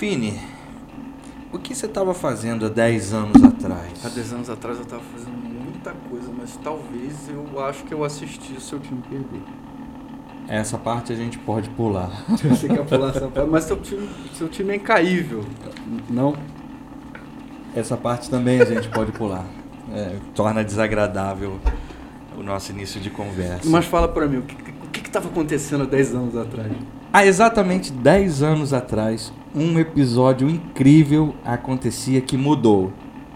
Fini, o que você estava fazendo há 10 anos atrás? Há 10 anos atrás eu estava fazendo muita coisa, mas talvez eu acho que eu assisti o seu time perder. Essa parte a gente pode pular. Você quer pular essa parte? Mas seu time é incaível. Não? Essa parte também a gente pode pular. Torna desagradável o nosso início de conversa. Mas fala pra mim, o que estava acontecendo há 10 anos atrás? Há exatamente 10 anos atrás, um episódio incrível acontecia que mudou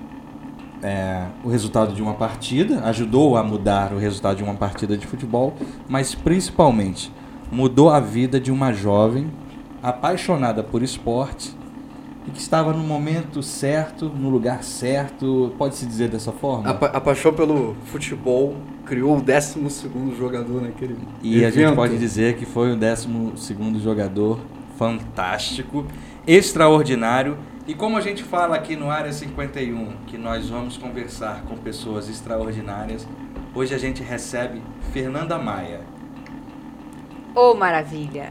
o resultado de uma partida, ajudou a mudar o resultado de uma partida de futebol, mas principalmente mudou a vida de uma jovem apaixonada por esporte e que estava no momento certo, no lugar certo, pode-se dizer dessa forma? A paixão pelo futebol criou o 12º jogador naquele E evento. A gente pode dizer que foi o 12º jogador fantástico, extraordinário. E como a gente fala aqui no Área 51, que nós vamos conversar com pessoas extraordinárias, hoje a gente recebe Fernanda Maia. Ô, maravilha!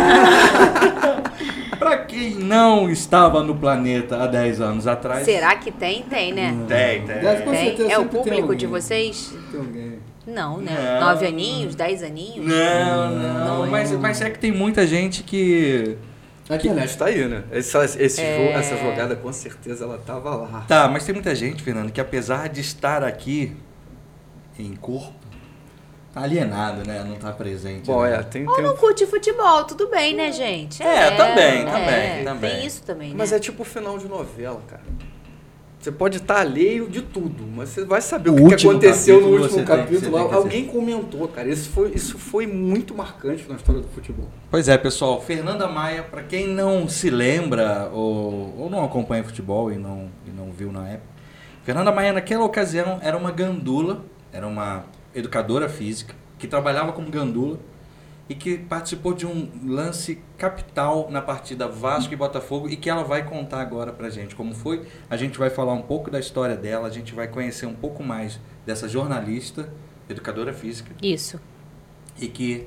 Para quem não estava no planeta há 10 anos atrás... Será que tem? Tem, né? Tem. Tem. É o público de vocês? Tem alguém. Não, né? 9 aninhos, 10 aninhos? Não. Mas é que tem muita gente que... A internet tá aí, né? Essa jogada, com certeza, ela tava lá. Tá, mas tem muita gente, Fernando, que apesar de estar aqui em corpo, tá alienado, né? Não tá presente. Bom, né? Ou não curte futebol, tudo bem, né, gente? Também. Tem isso também, né? Mas é tipo final de novela, cara. Você pode estar alheio de tudo, mas você vai saber o que aconteceu no último capítulo. Alguém comentou, cara. Isso foi muito marcante na história do futebol. Pois é, pessoal. Fernanda Maia, para quem não se lembra ou não acompanha futebol e não viu na época, Fernanda Maia naquela ocasião era uma gandula, era uma educadora física que trabalhava como gandula e que participou de um lance capital na partida Vasco e Botafogo e que ela vai contar agora pra gente como foi. A gente vai falar um pouco da história dela, a gente vai conhecer um pouco mais dessa jornalista, educadora física. Isso. E que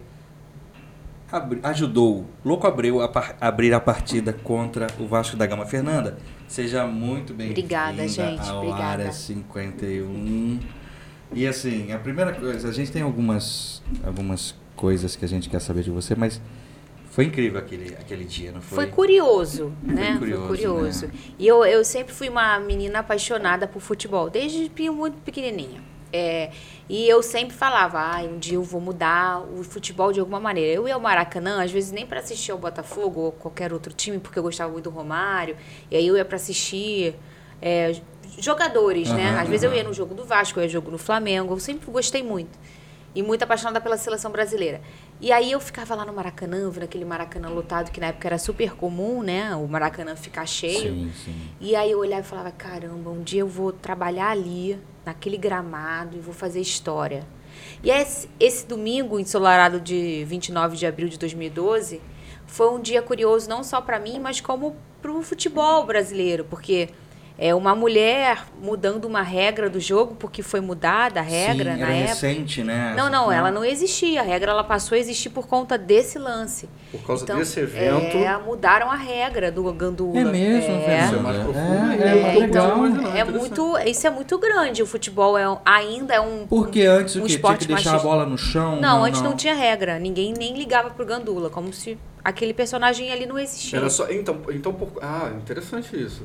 ajudou Louco Abreu a abrir a partida contra o Vasco da Gama. Fernanda, seja muito bem-vinda. Obrigada, gente. Ao Obrigada. Área 51. E assim, a primeira coisa, a gente tem algumas coisas que a gente quer saber de você, mas foi incrível aquele dia, não foi? Foi curioso, né? Foi curioso. Né? E eu sempre fui uma menina apaixonada por futebol, desde muito pequenininha. E eu sempre falava, um dia eu vou mudar o futebol de alguma maneira. Eu ia ao Maracanã, às vezes nem para assistir ao Botafogo ou qualquer outro time, porque eu gostava muito do Romário, e aí eu ia para assistir jogadores, né? Às vezes eu ia no jogo do Vasco, eu ia no jogo do Flamengo, eu sempre gostei muito. E muito apaixonada pela seleção brasileira. E aí eu ficava lá no Maracanã, vendo aquele Maracanã lotado, que na época era super comum, né? O Maracanã ficar cheio. Sim. E aí eu olhava e falava, caramba, um dia eu vou trabalhar ali, naquele gramado, e vou fazer história. E esse domingo, ensolarado de 29 de abril de 2012, foi um dia curioso não só para mim, mas como para o futebol brasileiro, porque... uma mulher mudando uma regra do jogo, porque foi mudada a regra. Sim, na era época. recente, né? Não, ela não existia. A regra ela passou a existir por conta desse lance. Por causa desse evento. Mudaram a regra do gandula. É mesmo, Isso é mais profundo. Isso é muito grande. O futebol ainda é um. Porque antes o quê? Tinha que deixar machista. a bola no chão? Não, antes não tinha regra. Ninguém nem ligava pro gandula, como se aquele personagem ali não existia. Era só. Então interessante isso.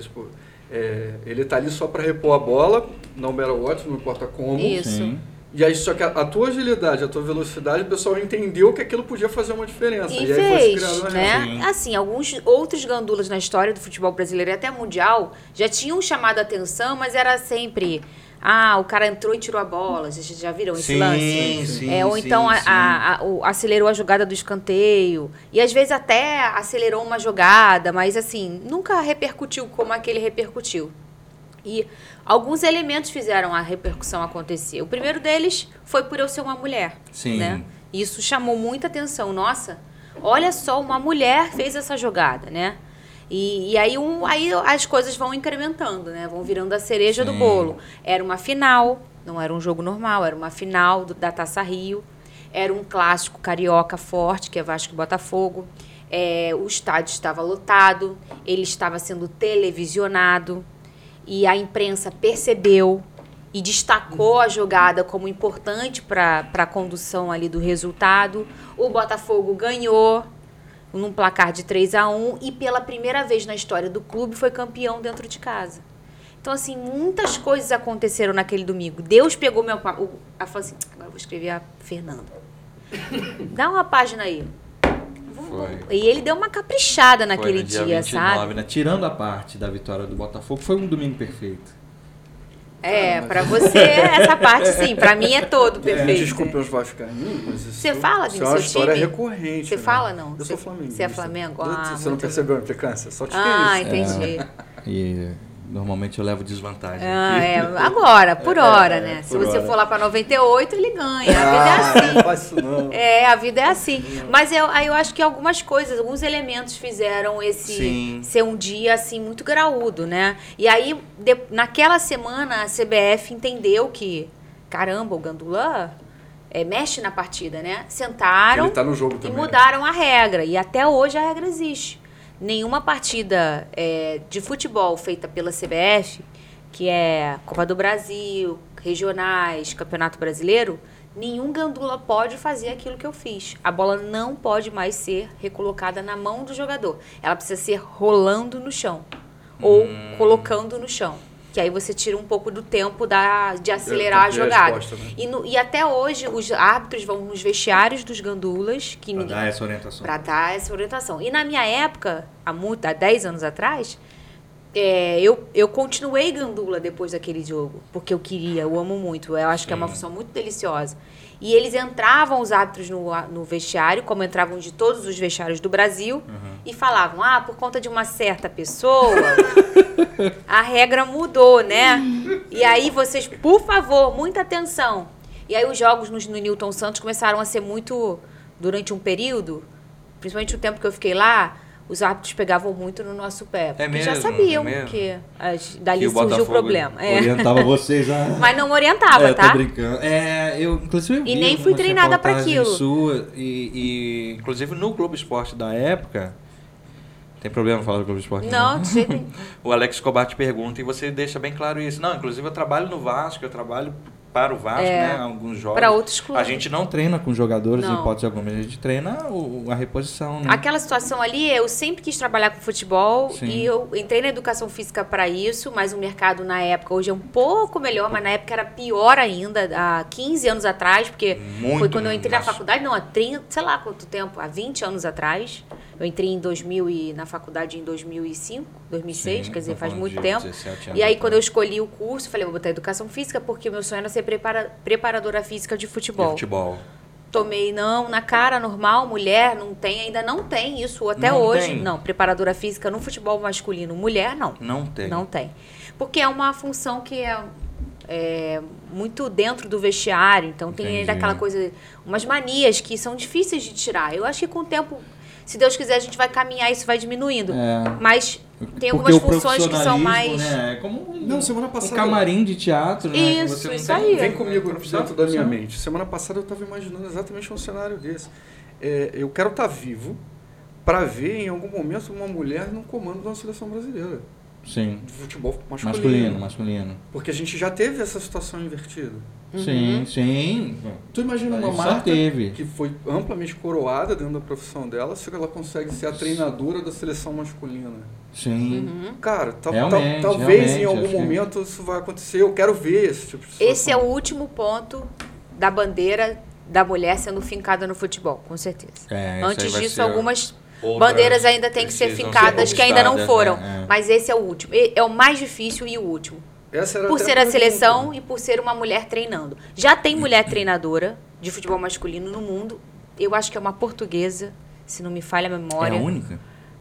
Ele tá ali só para repor a bola, no matter what, não importa como. Isso. Sim. E aí, só que a tua agilidade, a tua velocidade, o pessoal entendeu que aquilo podia fazer uma diferença. E aí fez, foi criado né? Assim, alguns outros gandulas na história do futebol brasileiro e até mundial já tinham chamado a atenção, mas era sempre... o cara entrou e tirou a bola. Vocês já viram esse lance? Sim. Ou então acelerou a jogada do escanteio. E às vezes até acelerou uma jogada, mas assim, nunca repercutiu como aquele repercutiu. E alguns elementos fizeram a repercussão acontecer. O primeiro deles foi por eu ser uma mulher. Sim. Né? Isso chamou muita atenção. Nossa, olha só, uma mulher fez essa jogada, né? E aí as coisas vão incrementando, né? Vão virando a cereja do bolo. Era uma final, não era um jogo normal, era uma final da Taça Rio. Era um clássico carioca forte, que é Vasco e Botafogo. O estádio estava lotado, ele estava sendo televisionado e a imprensa percebeu e destacou a jogada como importante para a condução ali do resultado. O Botafogo ganhou num placar de 3-1 e pela primeira vez na história do clube foi campeão dentro de casa. Então, assim, muitas coisas aconteceram naquele domingo. Deus pegou meu... Falou assim, agora eu vou escrever a Fernanda. Dá uma página aí. Foi. E ele deu uma caprichada naquele dia, 29, sabe? Né? Tirando a parte da vitória do Botafogo, foi um domingo perfeito. Pra você, essa parte sim. Pra mim é todo perfeito. Desculpe os vascaínos, mas isso... Você fala de seu time? É uma história recorrente. Você fala, não? Eu sou Flamengo. Você é Flamengo? Você não percebeu a implicância? Só te entendi. E normalmente eu levo desvantagem. Agora, por hora, né? Se você for lá pra 98, ele ganha. A vida é assim. Não faz isso não. A vida é assim. Mas eu acho que algumas coisas, alguns elementos fizeram esse ser um dia assim muito graúdo, né? E aí, naquela semana, a CBF entendeu que, caramba, o Gandula mexe na partida, né? Sentaram ele tá no jogo também, e mudaram a regra. E até hoje a regra existe. Nenhuma partida de futebol feita pela CBF, que é Copa do Brasil, regionais, Campeonato Brasileiro, nenhum gandula pode fazer aquilo que eu fiz. A bola não pode mais ser recolocada na mão do jogador. Ela precisa ser rolando no chão ou colocando no chão. Que aí você tira um pouco do tempo de acelerar a jogada. Resposta, né? E até hoje, os árbitros vão nos vestiários dos gandulas... Para dar essa orientação. Para dar essa orientação. E na minha época, há 10 anos atrás, eu continuei gandula depois daquele jogo. Porque eu amo muito. Eu acho que é uma função muito deliciosa. E eles entravam, os árbitros, no vestiário, como entravam de todos os vestiários do Brasil, e falavam, por conta de uma certa pessoa, a regra mudou, né? E aí vocês, por favor, muita atenção. E aí os jogos no Newton Santos começaram a ser muito, durante um período, principalmente o tempo que eu fiquei lá, os árbitros pegavam muito no nosso pé. Porque já sabiam que dali surgiu o problema. Orientava vocês a... Mas não orientava, tá? Tô brincando. Eu, inclusive, e nem fui treinada para aquilo. Sua, e, inclusive, no Globo Esporte da época... Tem problema falar do Globo Esporte? Não, de jeito nenhum. O Alex Escobar te pergunta e você deixa bem claro isso. Não, inclusive, eu trabalho no Vasco, eu trabalho... para o Vasco, né? Alguns jogos. Para outros clubes. A gente não treina com jogadores, em hipótese alguma. A gente treina a reposição, né? Aquela situação ali, eu sempre quis trabalhar com futebol. Sim. E eu entrei na educação física para isso, mas o mercado na época, hoje é um pouco melhor, mas na época era pior ainda, há 15 anos atrás, porque foi quando eu entrei na faculdade, não, há 30, sei lá quanto tempo, há 20 anos atrás. Eu entrei em 2000 na faculdade em 2005, 2006, quer dizer, faz muito tempo. E aí, quando eu escolhi o curso, falei, vou botar educação física, porque meu sonho era ser preparadora física de futebol. Tomei na cara, normal, mulher, ainda não tem isso até hoje. Não, preparadora física no futebol masculino, mulher não. Não tem. Porque é uma função que é muito dentro do vestiário, então tem ainda aquela coisa, umas manias que são difíceis de tirar. Eu acho que com o tempo, se Deus quiser, a gente vai caminhar e isso vai diminuindo. Mas tem algumas funções que são mais... Né? É como semana passada, um camarim de teatro, né? Isso aí. Vem comigo dentro da minha mente. Semana passada eu estava imaginando exatamente um cenário desse. Eu quero estar vivo para ver em algum momento uma mulher no comando de uma seleção brasileira. Sim. De futebol masculino. Masculino. Porque a gente já teve essa situação invertida. Sim. Tu imagina uma Marta que foi amplamente coroada dentro da profissão dela, se ela consegue ser a treinadora da seleção masculina. Sim. Cara, talvez em algum momento isso vai acontecer. Eu quero ver esse tipo de situação. Esse é o último ponto da bandeira da mulher sendo fincada no futebol, com certeza. Antes disso, algumas bandeiras ainda têm que ser fincadas que ainda não foram. Mas esse é o último. É o mais difícil e o último. Por ser a seleção e por ser uma mulher treinando. Já tem mulher treinadora de futebol masculino no mundo. Eu acho que é uma portuguesa, se não me falha a memória. É a única?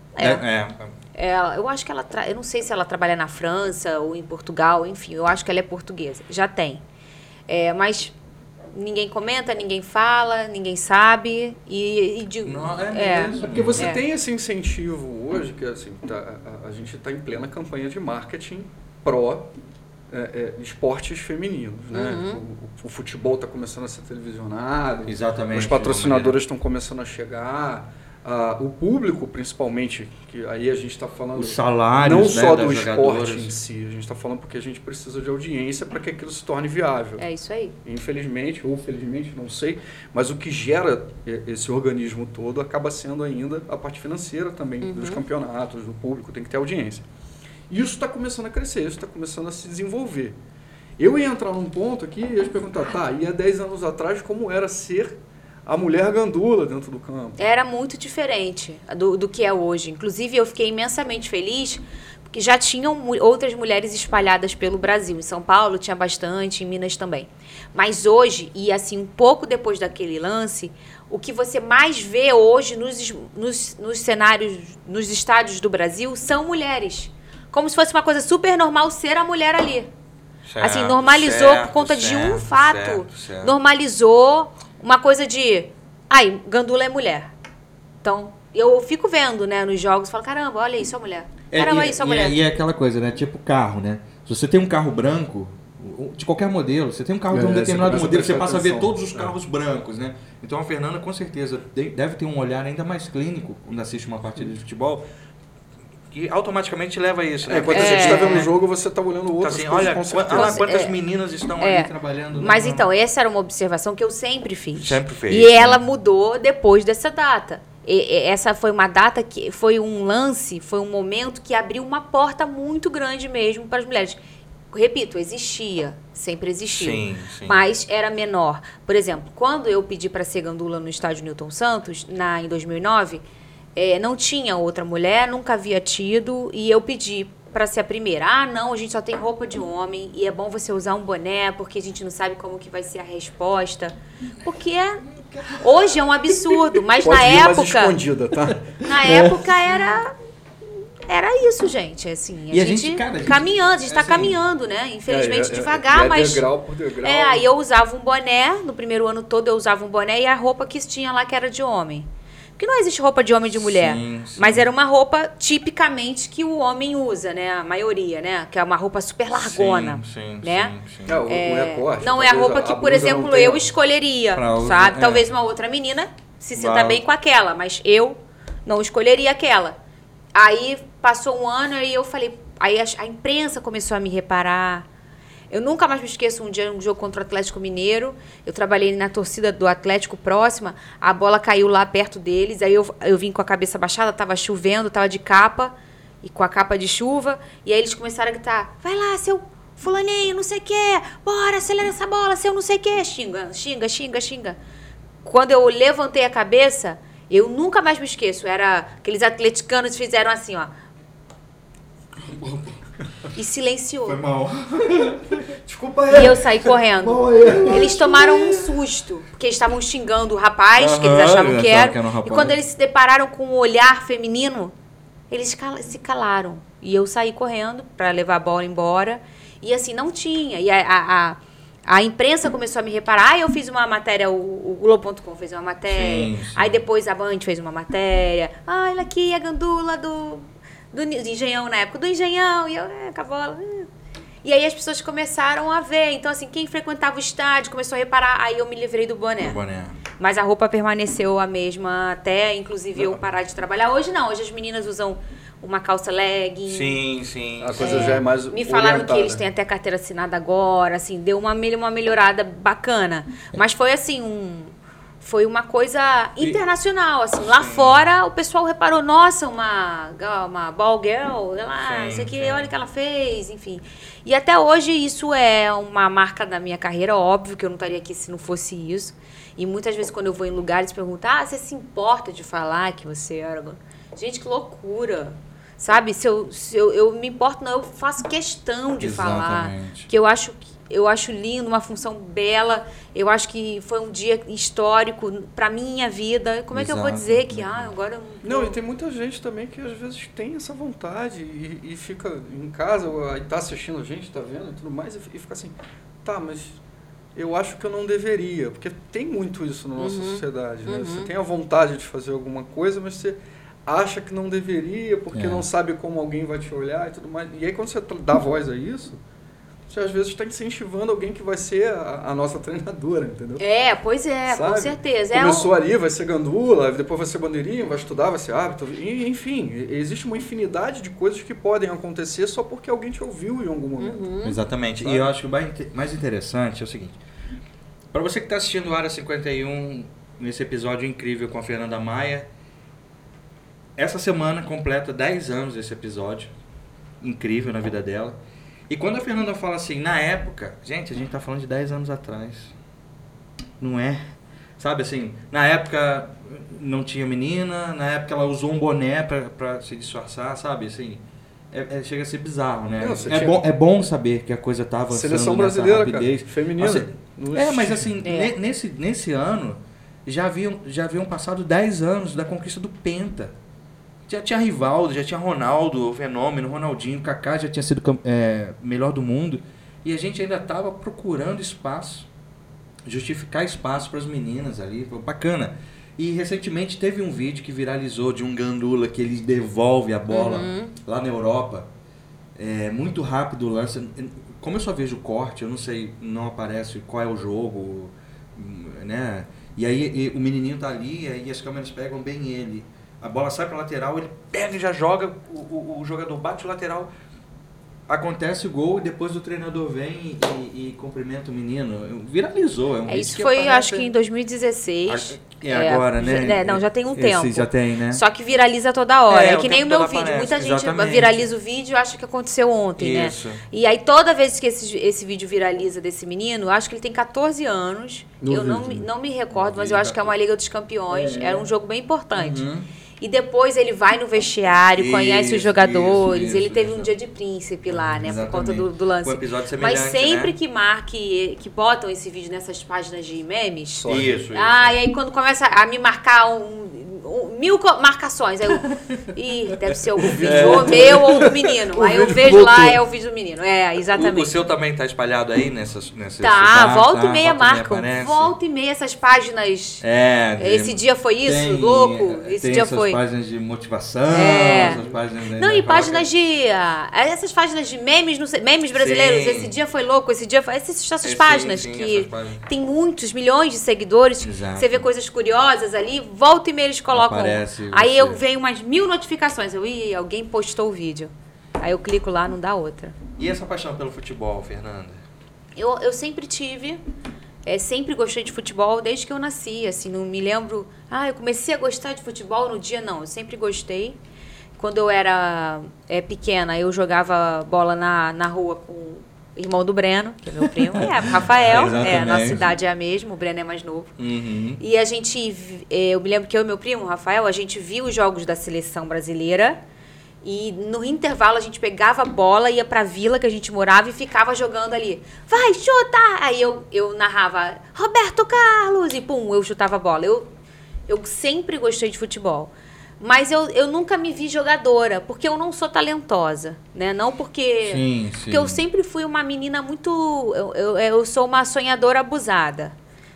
Eu acho que ela... Eu não sei se ela trabalha na França ou em Portugal, enfim. Eu acho que ela é portuguesa. Já tem. Mas ninguém comenta, ninguém fala, ninguém sabe. Porque você tem esse incentivo hoje, que assim, a gente está em plena campanha de marketing pró esportes femininos, né? O futebol está começando a ser televisionado. Exatamente. Os patrocinadores estão começando a chegar. O público, principalmente, que aí a gente está falando os salários, não só do jogadoras. esporte em si, a gente está falando porque a gente precisa de audiência para que aquilo se torne viável. É isso aí. Infelizmente, ou felizmente, não sei, mas o que gera esse organismo todo acaba sendo ainda a parte financeira também, dos campeonatos, do público, tem que ter audiência. Isso está começando a crescer, isso está começando a se desenvolver. Eu ia entrar num ponto aqui e ia te perguntar, e há 10 anos atrás, como era ser a mulher gandula dentro do campo? Era muito diferente do que é hoje. Inclusive, eu fiquei imensamente feliz porque já tinham outras mulheres espalhadas pelo Brasil. Em São Paulo tinha bastante, em Minas também. Mas hoje, e assim, um pouco depois daquele lance, o que você mais vê hoje nos cenários, nos estádios do Brasil, são mulheres. Como se fosse uma coisa super normal ser a mulher ali. Certo, assim, normalizou por conta de um fato. Certo. Normalizou uma coisa de... gandula é mulher. Então, eu fico vendo, né, nos jogos, falo, caramba, olha isso, a mulher. Caramba, isso, a mulher. E é aquela coisa, né, tipo carro, né? Se você tem um carro branco, de qualquer modelo, você tem um carro de um determinado modelo, você passa a ver todos os carros brancos, né? Então a Fernanda, com certeza, deve ter um olhar ainda mais clínico quando assiste uma partida de futebol, que automaticamente leva a isso, né? Quando a gente está vendo o jogo, você está olhando outras assim, coisas, olha, com certeza. quantas meninas estão ali trabalhando. Mas então, essa era uma observação que eu sempre fiz. Sempre fez. E ela mudou depois dessa data. Essa foi uma data que foi um lance, foi um momento que abriu uma porta muito grande mesmo para as mulheres. Repito, existia, sempre existiu, sim. Mas era menor. Por exemplo, quando eu pedi para ser gandula no estádio Newton Santos, em 2009, não tinha outra mulher, nunca havia tido, e eu pedi para ser a primeira. Não, a gente só tem roupa de homem, e é bom você usar um boné, porque a gente não sabe como que vai ser a resposta. Porque hoje é um absurdo, mas Pode na ir época... mais escondida, tá? Na época era isso, gente. Assim, a gente caminhando, a gente está caminhando, né? Infelizmente devagar, mas. Degrau por degrau. Aí eu usava um boné, no primeiro ano todo eu usava um boné e a roupa que tinha lá que era de homem. Porque não existe roupa de homem e de mulher. Sim. Mas era uma roupa tipicamente que o homem usa, né? A maioria, né? Que é uma roupa super largona. Sim. Não é a roupa que, por exemplo, eu escolheria, sabe? Talvez uma outra menina se sinta bem com aquela, mas eu não escolheria aquela. Aí passou um ano e eu falei... Aí a imprensa começou a me reparar. Eu nunca mais me esqueço um dia, um jogo contra o Atlético Mineiro. Eu trabalhei na torcida do Atlético próxima. A bola caiu lá perto deles. Aí eu vim com a cabeça baixada, tava chovendo, tava de capa. E com a capa de chuva. E aí eles começaram a gritar, vai lá, seu fulaninho, não sei o quê. Bora, acelera essa bola, seu não sei o quê. Xinga. Quando eu levantei a cabeça... Eu nunca mais me esqueço. Era aqueles atleticanos que fizeram assim, ó. E silenciou. Foi mal. Desculpa aí. E eu saí correndo. Eles tomaram um susto. Porque eles estavam xingando o rapaz, que eles achavam que era. E quando eles se depararam com um olhar feminino, eles se calaram. E eu saí correndo para levar a bola embora. E assim, não tinha. E a imprensa começou a me reparar. Eu fiz uma matéria, o Globo.com fez uma matéria. Sim. Aí depois a Band fez uma matéria. Olha aqui a gandula do Engenhão na época. Do Engenhão. E eu, com a bola. E aí as pessoas começaram a ver. Então, assim, quem frequentava o estádio começou a reparar. Aí eu me livrei do boné. Mas a roupa permaneceu a mesma até, inclusive, eu parar de trabalhar. Hoje não. Hoje as meninas usam uma calça legging. Sim. A coisa já é mais me falaram orientada. que eles têm até carteira assinada agora, assim, deu uma melhorada bacana. Mas foi assim, foi uma coisa internacional, assim. Lá fora o pessoal reparou, nossa, uma ball girl, isso aqui, olha o que ela fez, enfim. E até hoje isso é uma marca da minha carreira, óbvio que eu não estaria aqui se não fosse isso. E muitas vezes quando eu vou em lugares perguntam, você se importa de falar que você era... Gente, que loucura! Sabe, se eu me importo, não, eu faço questão de falar. Que eu acho lindo, uma função bela. Eu acho que foi um dia histórico pra minha vida. Como é que eu vou dizer que agora... Não, e tem muita gente também que às vezes tem essa vontade e fica em casa, ou tá assistindo a gente, tá vendo e tudo mais, e fica assim, mas eu acho que eu não deveria. Porque tem muito isso na nossa sociedade, né? Você tem a vontade de fazer alguma coisa, mas você acha que não deveria, porque não sabe como alguém vai te olhar e tudo mais. E aí quando você dá voz a isso, você às vezes está incentivando alguém que vai ser a nossa treinadora, entendeu? Pois é, sabe? Com certeza. Começou ali, vai ser gandula, depois vai ser bandeirinha, vai estudar, vai ser árbitro, enfim, existe uma infinidade de coisas que podem acontecer só porque alguém te ouviu em algum momento. Exatamente. Sabe? E eu acho que o mais interessante é o seguinte, para você que está assistindo o Área 51, nesse episódio incrível com a Fernanda Maia, essa semana completa 10 anos desse episódio, incrível na vida dela. E quando a Fernanda fala assim, na época, gente, a gente tá falando de 10 anos atrás. Não é? Sabe assim, na época não tinha menina, na época ela usou um boné pra se disfarçar, sabe? Assim, chega a ser bizarro, né? É bom saber que a coisa tá avançando. Seleção brasileira, cara, feminina. Mas assim, nesse ano, já haviam passado 10 anos da conquista do Penta. Já tinha Rivaldo, já tinha Ronaldo, o Fenômeno, Ronaldinho, Kaká já tinha sido melhor do mundo. E a gente ainda estava procurando espaço, justificar espaço para as meninas ali. Bacana. E recentemente teve um vídeo que viralizou de um gandula que ele devolve a bola lá na Europa. Muito rápido o lance. Como eu só vejo o corte, eu não sei, não aparece qual é o jogo, né? E aí o menininho tá ali, aí as câmeras pegam bem ele. A bola sai para lateral, ele pega e já joga, o jogador bate o lateral, acontece o gol e depois o treinador vem e cumprimenta o menino. Viralizou. Isso foi, acho que em 2016. Agora, né? Não, já tem um tempo. Já tem, né? Só que viraliza toda hora. É que nem o meu vídeo. Aparece. Muita gente Exatamente. viraliza o vídeo e acha que aconteceu ontem, Isso. né? E aí toda vez que esse vídeo viraliza desse menino, eu acho que ele tem 14 anos. Eu não me recordo, mas eu acho que é uma Liga dos Campeões. Era um jogo bem importante. E depois ele vai no vestiário, conhece os jogadores. Ele teve um dia de príncipe lá, né? Exatamente. Por conta do lance. Um episódio semelhante, mas sempre né? que botam esse vídeo nessas páginas de memes. Isso. E aí quando começa a me marcar 1000 marcações. Aí deve ser o vídeo ou meu ou do menino. Aí eu vejo lá, é o vídeo do menino. Exatamente. O seu também tá espalhado aí nessas volta e meia marcam. Volta e meia essas páginas. Esse dia foi isso, louco. Esse dia foi. Páginas de motivação, essas páginas... Não, e páginas de... essas páginas de memes, não sei, memes brasileiros, esse dia foi louco, esse dia foi... Essas páginas que tem muitos, milhões de seguidores, você vê coisas curiosas ali, volta e meia eles colocam. Aí eu venho umas 1000 notificações, alguém postou o vídeo. Aí eu clico lá, não dá outra. E essa paixão pelo futebol, Fernanda? Eu sempre tive... sempre gostei de futebol desde que eu nasci, assim, não me lembro... eu comecei a gostar de futebol no dia, não. Eu sempre gostei. Quando eu era pequena, eu jogava bola na rua com o irmão do Breno, que é meu primo. Rafael. Nossa idade é a mesma, o Breno é mais novo. E a gente... eu me lembro que eu e meu primo, Rafael, a gente viu os jogos da seleção brasileira. E no intervalo a gente pegava a bola, ia pra vila que a gente morava e ficava jogando ali. Vai, chuta! Aí eu narrava, Roberto Carlos! E pum, eu chutava a bola. Eu sempre gostei de futebol. Mas eu nunca me vi jogadora, porque eu não sou talentosa, né? Não porque... Sim. Porque eu sempre fui uma menina muito... Eu sou uma sonhadora abusada.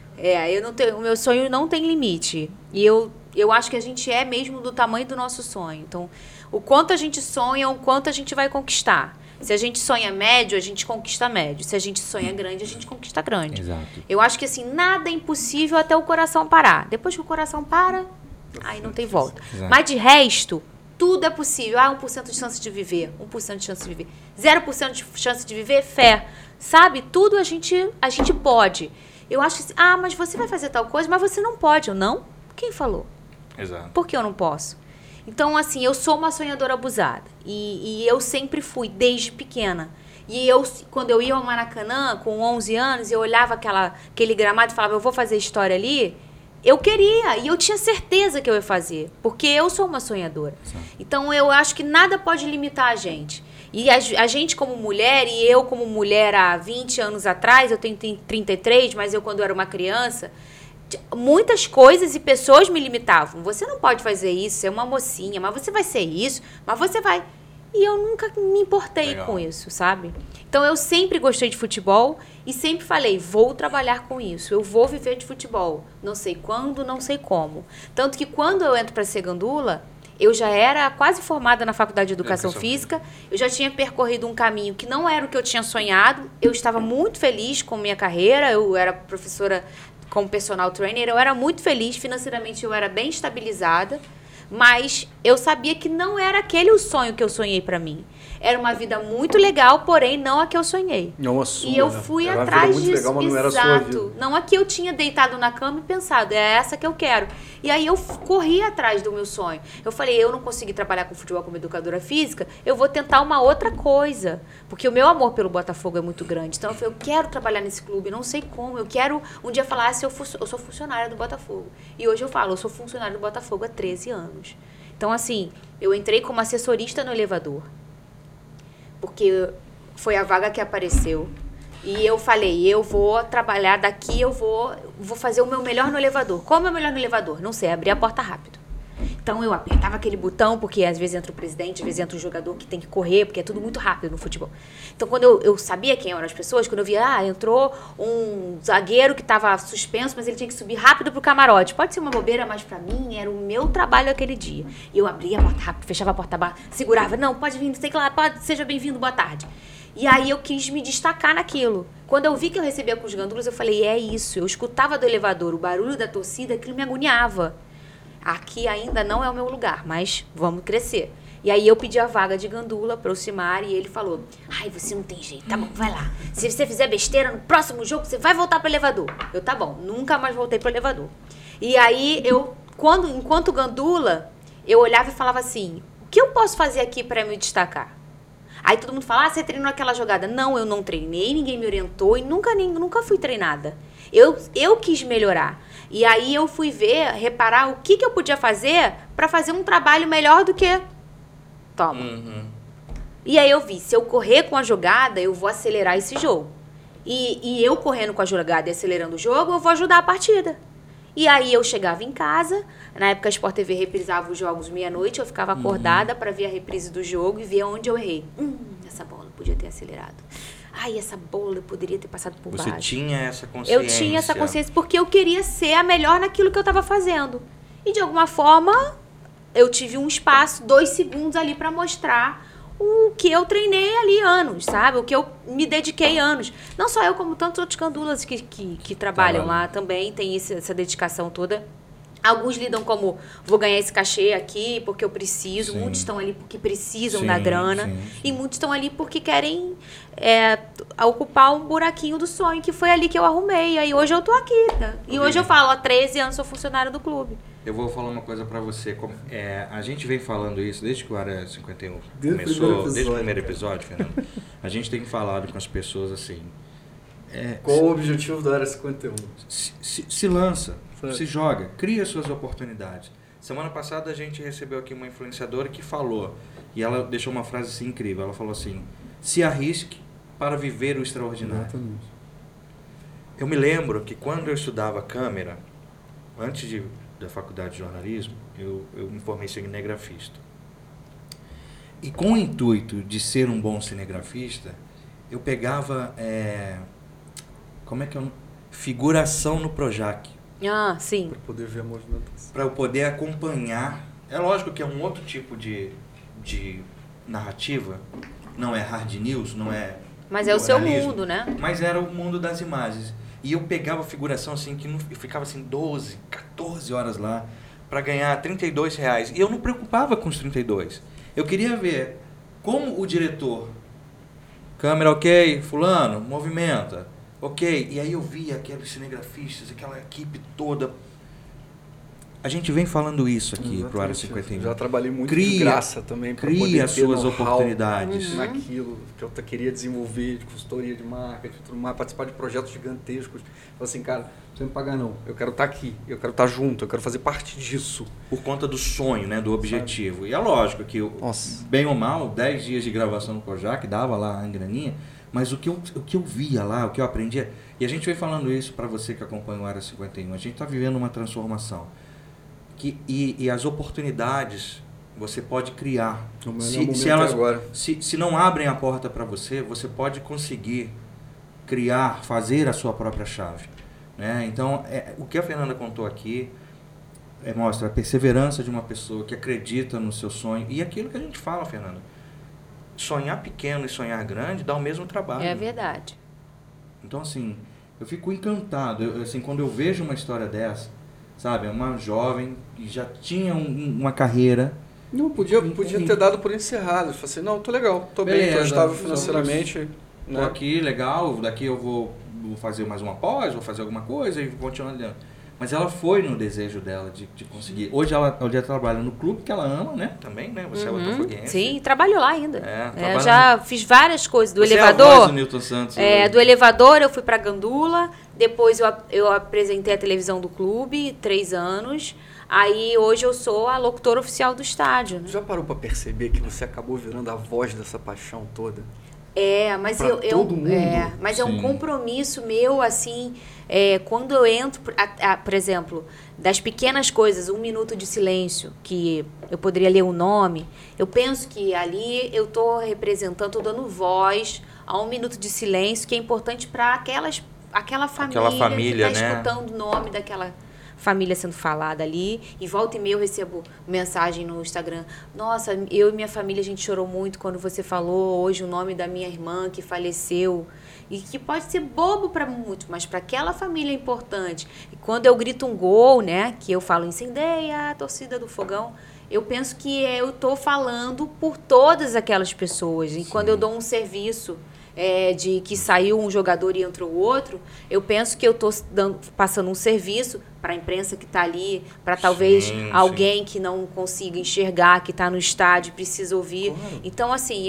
O meu sonho não tem limite. E eu acho que a gente é mesmo do tamanho do nosso sonho. Então... O quanto a gente sonha, o quanto a gente vai conquistar. Se a gente sonha médio, a gente conquista médio. Se a gente sonha grande, a gente conquista grande. Exato. Eu acho que assim, nada é impossível até o coração parar. Depois que o coração para, aí não tem volta. Exato. Mas de resto, tudo é possível. 1% de chance de viver, 1% de chance de viver. 0% de chance de viver, fé. Sabe? Tudo a gente pode. Eu acho que assim, mas você vai fazer tal coisa, mas você não pode. Eu não? Quem falou? Exato. Por que eu não posso? Então, assim, eu sou uma sonhadora abusada. E eu sempre fui, desde pequena. E quando eu ia ao Maracanã, com 11 anos, eu olhava aquele gramado e falava, eu vou fazer história ali. Eu queria, e eu tinha certeza que eu ia fazer. Porque eu sou uma sonhadora. Sim. Então, eu acho que nada pode limitar a gente. E a gente como mulher, e eu como mulher há 20 anos atrás, eu tenho 33, mas eu quando era uma criança... Muitas coisas e pessoas me limitavam. Você não pode fazer isso, você é uma mocinha, mas você vai ser isso, mas você vai... E eu nunca me importei com isso, sabe? Então, eu sempre gostei de futebol e sempre falei, vou trabalhar com isso, eu vou viver de futebol. Não sei quando, não sei como. Tanto que quando eu entro para ser gandula, eu já era quase formada na Faculdade de Educação Física, eu já tinha percorrido um caminho que não era o que eu tinha sonhado, eu estava muito feliz com minha carreira, eu era professora como personal trainer, eu era muito feliz, financeiramente eu era bem estabilizada, mas eu sabia que não era aquele o sonho que eu sonhei para mim. Era uma vida muito legal, porém não a que eu sonhei. Não a sua, e eu fui atrás disso. Legal, mas não era a sua vida. Não a que eu tinha deitado na cama e pensado, é essa que eu quero. E aí eu corri atrás do meu sonho. Eu falei, eu não consegui trabalhar com futebol como educadora física, eu vou tentar uma outra coisa. Porque o meu amor pelo Botafogo é muito grande. Então eu falei, eu quero trabalhar nesse clube, não sei como. Eu quero um dia falar, eu sou funcionária do Botafogo. E hoje eu falo, eu sou funcionária do Botafogo há 13 anos. Então assim, eu entrei como assessorista no elevador. Porque foi a vaga que apareceu. E eu falei, eu vou trabalhar daqui, eu vou fazer o meu melhor no elevador. Qual é o meu melhor no elevador? Não sei, abrir a porta rápido. Então eu apertava aquele botão, porque às vezes entra o presidente, às vezes entra o jogador que tem que correr, porque é tudo muito rápido no futebol. Então quando eu sabia quem eram as pessoas, quando eu via, entrou um zagueiro que estava suspenso, mas ele tinha que subir rápido pro camarote. Pode ser uma bobeira, mas pra mim era o meu trabalho aquele dia. E eu abria a porta rápido, fechava a porta, segurava, não, pode vir, sei lá, seja bem-vindo, boa tarde. E aí eu quis me destacar naquilo. Quando eu vi que eu recebia com os gândulas, eu falei, é isso. Eu escutava do elevador o barulho da torcida, aquilo me agoniava. Aqui ainda não é o meu lugar, mas vamos crescer. E aí eu pedi a vaga de gandula para o Cimar e ele falou, ai, você não tem jeito, tá bom, vai lá. Se você fizer besteira, no próximo jogo você vai voltar para o elevador. Eu, tá bom, nunca mais voltei para o elevador. E aí enquanto gandula, eu olhava e falava assim, o que eu posso fazer aqui para me destacar? Aí todo mundo fala, você treinou aquela jogada. Não, eu não treinei, ninguém me orientou e nunca fui treinada. Eu quis melhorar. E aí eu fui reparar o que eu podia fazer para fazer um trabalho melhor do que... Toma. Uhum. E aí eu vi, se eu correr com a jogada, eu vou acelerar esse jogo. E eu correndo com a jogada e acelerando o jogo, eu vou ajudar a partida. E aí eu chegava em casa, na época a Sport TV reprisava os jogos meia-noite, eu ficava acordada para ver a reprise do jogo e ver onde eu errei. Essa bola eu podia ter acelerado. Ai, essa bola eu poderia ter passado por baixo. Você tinha essa consciência? Eu tinha essa consciência porque eu queria ser a melhor naquilo que eu estava fazendo. E de alguma forma, eu tive um espaço, 2 segundos ali para mostrar o que eu treinei ali anos, sabe? O que eu me dediquei anos. Não só eu, como tantos outros candulas que trabalham lá também, tem essa dedicação toda. Alguns lidam como, vou ganhar esse cachê aqui porque eu preciso. Sim. Muitos estão ali porque precisam da grana. Sim. E muitos estão ali porque querem ocupar um buraquinho do sonho, que foi ali que eu arrumei. E aí hoje eu tô aqui, tá? E hoje eu falo, há 13 anos sou funcionária do clube. Eu vou falar uma coisa pra você. A gente vem falando isso desde que o Área 51 começou, desde o primeiro episódio, Fernando. A gente tem falado com as pessoas assim... Qual o objetivo da Área 51? Se lança, se joga, cria suas oportunidades. Semana passada a gente recebeu aqui uma influenciadora que falou, e ela deixou uma frase assim incrível, ela falou assim, se arrisque para viver o extraordinário. Exatamente. Eu me lembro que quando eu estudava câmera, antes da faculdade de jornalismo, eu me formei cinegrafista. E com o intuito de ser um bom cinegrafista, eu pegava... figuração no Projac. Ah, sim. Para poder ver a movimentação. Para eu poder acompanhar. É lógico que é um outro tipo de narrativa. Não é hard news, não é... Mas é o seu mundo, né? Mas era o mundo das imagens. E eu pegava figuração assim, eu ficava assim 12, 14 horas lá, para ganhar R$32. E eu não preocupava com os 32. Eu queria ver como o diretor... Câmera ok, fulano, movimenta. Ok, e aí eu via aqueles cinegrafistas, aquela equipe toda. A gente vem falando isso aqui pro Área 51. Já trabalhei muito de graça também para poder ter as suas oportunidades. Naquilo que eu queria desenvolver, de consultoria de marketing, tudo mais, participar de projetos gigantescos. Falei assim, cara, não precisa me pagar não. Eu quero estar aqui, eu quero estar junto, eu quero fazer parte disso. Por conta do sonho, né, do objetivo. E é lógico que, bem ou mal, 10 dias de gravação no Projac, dava lá a graninha. Mas o que eu via lá, o que eu aprendia... E a gente vem falando isso para você que acompanha o Área 51. A gente está vivendo uma transformação. E as oportunidades você pode criar. Se não abrem a porta para você, você pode conseguir criar, fazer a sua própria chave. Né? Então, o que a Fernanda contou aqui mostra a perseverança de uma pessoa que acredita no seu sonho. E aquilo que a gente fala, Fernanda, sonhar pequeno e sonhar grande dá o mesmo trabalho. É verdade. Então, assim, eu fico encantado. Assim, quando eu vejo uma história dessa, sabe? Uma jovem que já tinha uma carreira. Não, podia ter dado por encerrado. Falei assim, não, tô legal, tô bem, tô estável financeiramente. Tô aqui, legal, daqui eu vou fazer mais uma pós, vou fazer alguma coisa e vou continuar olhando. Mas ela foi no desejo dela de conseguir. Hoje ela trabalha no clube que ela ama, né? Também, né? Você é botafoguense. Sim, trabalho lá ainda. Já fiz várias coisas. Do elevador. É a voz do Newton Santos. Do elevador eu fui pra Gandula. Depois eu apresentei a televisão do clube, 3 anos. Aí hoje eu sou a locutora oficial do estádio. Né? Já parou pra perceber que você acabou virando a voz dessa paixão toda? Mas todo mundo. Mas é um compromisso meu, assim, quando eu entro, por exemplo, das pequenas coisas, 1 minuto de silêncio, que eu poderia ler o nome, eu penso que ali eu estou representando, estou dando voz a 1 minuto de silêncio, que é importante para aquela família que está escutando o nome daquela família sendo falada ali, e volta e meia eu recebo mensagem no Instagram, nossa, eu e minha família, a gente chorou muito quando você falou hoje o nome da minha irmã que faleceu, e que pode ser bobo para muitos, mas para aquela família é importante. E quando eu grito um gol, né, que eu falo incendeia a torcida do Fogão, eu penso que eu estou falando por todas aquelas pessoas, e quando eu dou um serviço de que saiu um jogador e entrou outro, eu penso que eu estou passando um serviço para a imprensa que está ali, para talvez alguém que não consiga enxergar, que está no estádio, precisa ouvir. Claro. Então, assim,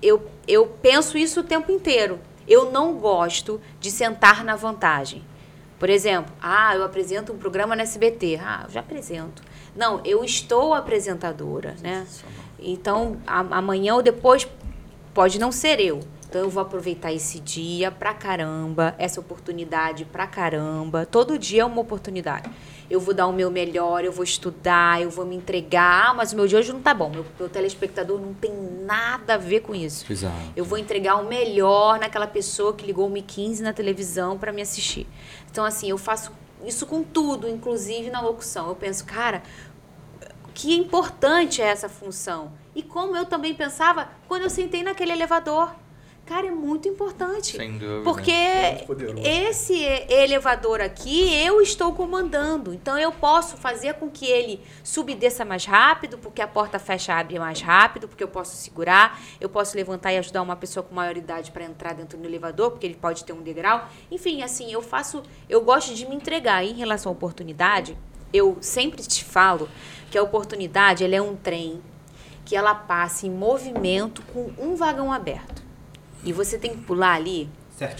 eu penso isso o tempo inteiro. Eu não gosto de sentar na vantagem. Por exemplo, eu apresento um programa na SBT. Eu já apresento. Não, eu estou apresentadora, né? Então, amanhã ou depois pode não ser eu. Então, eu vou aproveitar esse dia pra caramba, essa oportunidade pra caramba. Todo dia é uma oportunidade. Eu vou dar o meu melhor, eu vou estudar, eu vou me entregar. Mas o meu dia hoje não tá bom. Meu telespectador não tem nada a ver com isso. Exato. Eu vou entregar o melhor naquela pessoa que ligou 1h15 na televisão pra me assistir. Então, assim, eu faço isso com tudo, inclusive na locução. Eu penso, cara, que importante é essa função. E como eu também pensava quando eu sentei naquele elevador. Cara, é muito importante. Sem dúvida. Porque esse elevador aqui, eu estou comandando. Então, eu posso fazer com que ele suba e desça mais rápido, porque a porta fecha e abre mais rápido, porque eu posso segurar, eu posso levantar e ajudar uma pessoa com maior idade para entrar dentro do elevador, porque ele pode ter um degrau. Enfim, assim, eu gosto de me entregar. Em relação à oportunidade, eu sempre te falo que a oportunidade, ela é um trem que ela passa em movimento com um vagão aberto. E você tem que pular ali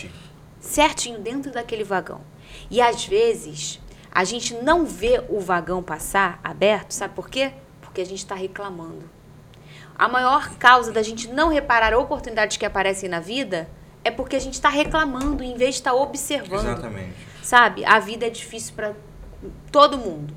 certinho dentro daquele vagão. E às vezes a gente não vê o vagão passar aberto, sabe por quê? Porque a gente está reclamando. A maior causa da gente não reparar oportunidades que aparecem na vida é porque a gente está reclamando em vez de estar observando. Exatamente. Sabe? A vida é difícil para todo mundo.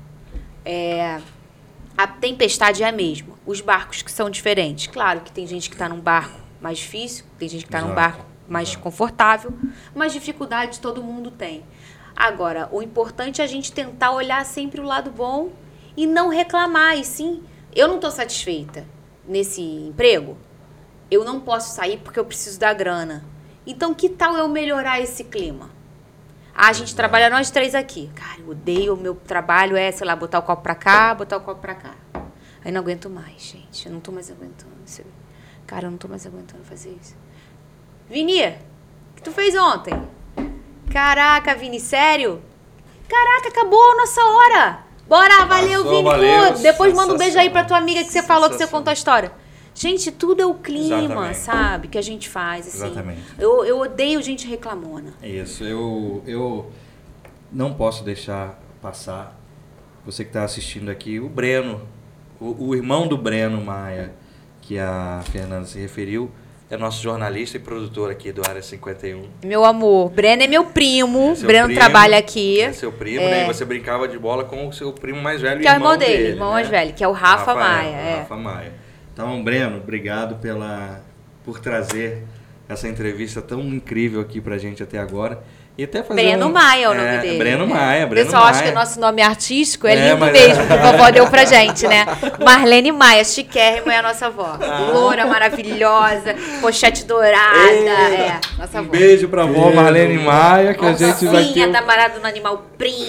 A tempestade é a mesma. Os barcos que são diferentes. Claro que tem gente que está num barco mais difícil, tem gente que está num barco mais confortável, mas dificuldade todo mundo tem. Agora, o importante é a gente tentar olhar sempre o lado bom e não reclamar. E sim, eu não estou satisfeita nesse emprego, eu não posso sair porque eu preciso da grana. Então, que tal eu melhorar esse clima? A gente trabalha nós 3 aqui. Cara, eu odeio o meu trabalho, sei lá, botar o copo pra cá, botar o copo pra cá. Aí não aguento mais, gente. Eu não tô mais aguentando. Cara, eu não tô mais aguentando fazer isso. Vini, o que tu fez ontem? Caraca, Vini, sério? Caraca, acabou a nossa hora. Bora, valeu, Vini. Valeu, depois manda um beijo aí pra tua amiga que você falou que você contou a história. Gente, tudo é o clima, Exatamente. Sabe? Que a gente faz, assim. Exatamente. Eu odeio gente reclamona. Isso, eu não posso deixar passar, você que está assistindo aqui, o Breno, o irmão do Breno Maia, que a Fernanda se referiu, é nosso jornalista e produtor aqui do Área 51. Meu amor, Breno é meu primo, Breno trabalha aqui. É seu primo, né? E você brincava de bola com o seu primo mais velho, que é o irmão dele, irmão mais velho, que é o Rafa Maia. Rafa Maia. Então, Breno, obrigado por trazer essa entrevista tão incrível aqui pra gente até agora. E até fazer Breno Maia é o nome dele. Breno Maia, O pessoal acha que o nosso nome artístico é lindo mas... mesmo, que a vovó deu pra gente, né? Marlene Maia, chiquérrima é a nossa avó. Loura, maravilhosa, pochete dourada. Nossa avó. Um beijo pra avó Marlene Maia, que a gente vai ter... tá marado no Animal Print.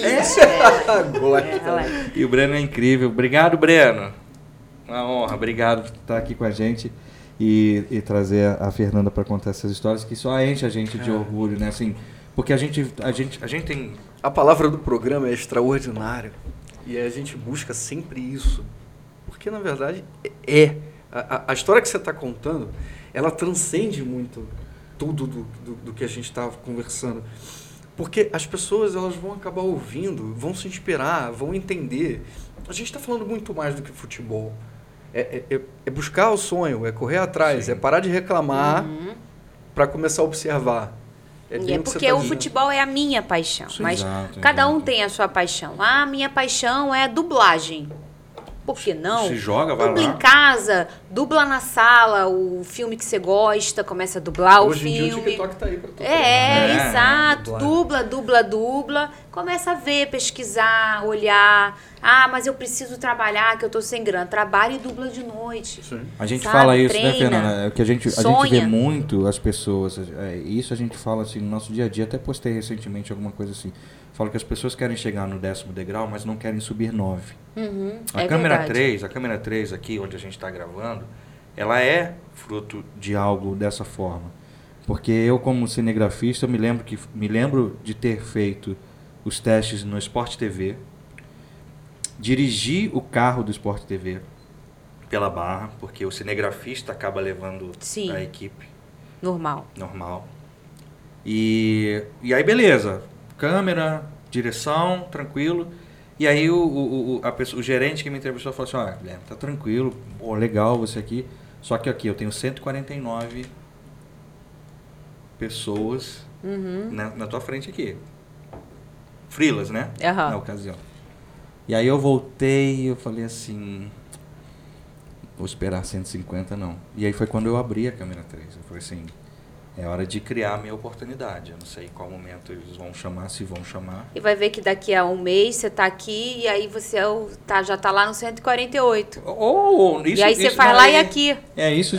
E o Breno é incrível. Obrigado, Breno. Uma honra, obrigado por estar aqui com a gente. E trazer a Fernanda para contar essas histórias que só enche a gente de orgulho, né? Assim, porque a gente tem... A palavra do programa é extraordinário. E a gente busca sempre isso. Porque, na verdade, a história que você está contando, ela transcende muito tudo do que a gente estava conversando. Porque as pessoas elas vão acabar ouvindo, vão se inspirar, vão entender. A gente está falando muito mais do que futebol. É buscar o sonho, é correr atrás, é parar de reclamar para começar a observar. Porque o futebol é a minha paixão. Sim, mas cada um tem a sua paixão. A minha paixão é dublagem. Por que não? Se joga, vai lá. Dubla em casa, dubla na sala, o filme que você gosta, começa a dublar o filme. Hoje em dia o TikTok tá aí pra tu. Exato. Dubla. Começa a ver, pesquisar, olhar. Ah, mas eu preciso trabalhar, que eu tô sem grana. Trabalha e dubla de noite. Sim. A gente fala isso, né, Fernanda? Que a gente vê muito as pessoas. Isso a gente fala assim no nosso dia a dia. Até postei recentemente alguma coisa assim. Falo que as pessoas querem chegar no 10º degrau, mas não querem subir 9. A câmera 3 aqui, onde a gente está gravando, ela é fruto de algo dessa forma. Porque eu, como cinegrafista, me lembro de ter feito os testes no Sport TV, dirigi o carro do Sport TV pela Barra, porque o cinegrafista acaba levando a equipe. Normal. E aí, beleza. Câmera, direção, tranquilo. E aí o gerente que me entrevistou falou assim, Guilherme, tá tranquilo, legal você aqui. Só que aqui eu tenho 149 pessoas na tua frente aqui. Freelas, né? Na ocasião. E aí eu voltei e eu falei assim, vou esperar 150 não. E aí foi quando eu abri a câmera 3. Eu falei assim, é hora de criar a minha oportunidade. Eu não sei em qual momento eles vão chamar, se vão chamar. E vai ver que daqui a um mês você tá aqui e aí você já tá lá no 148. Isso, e aí você faz lá e aqui. Isso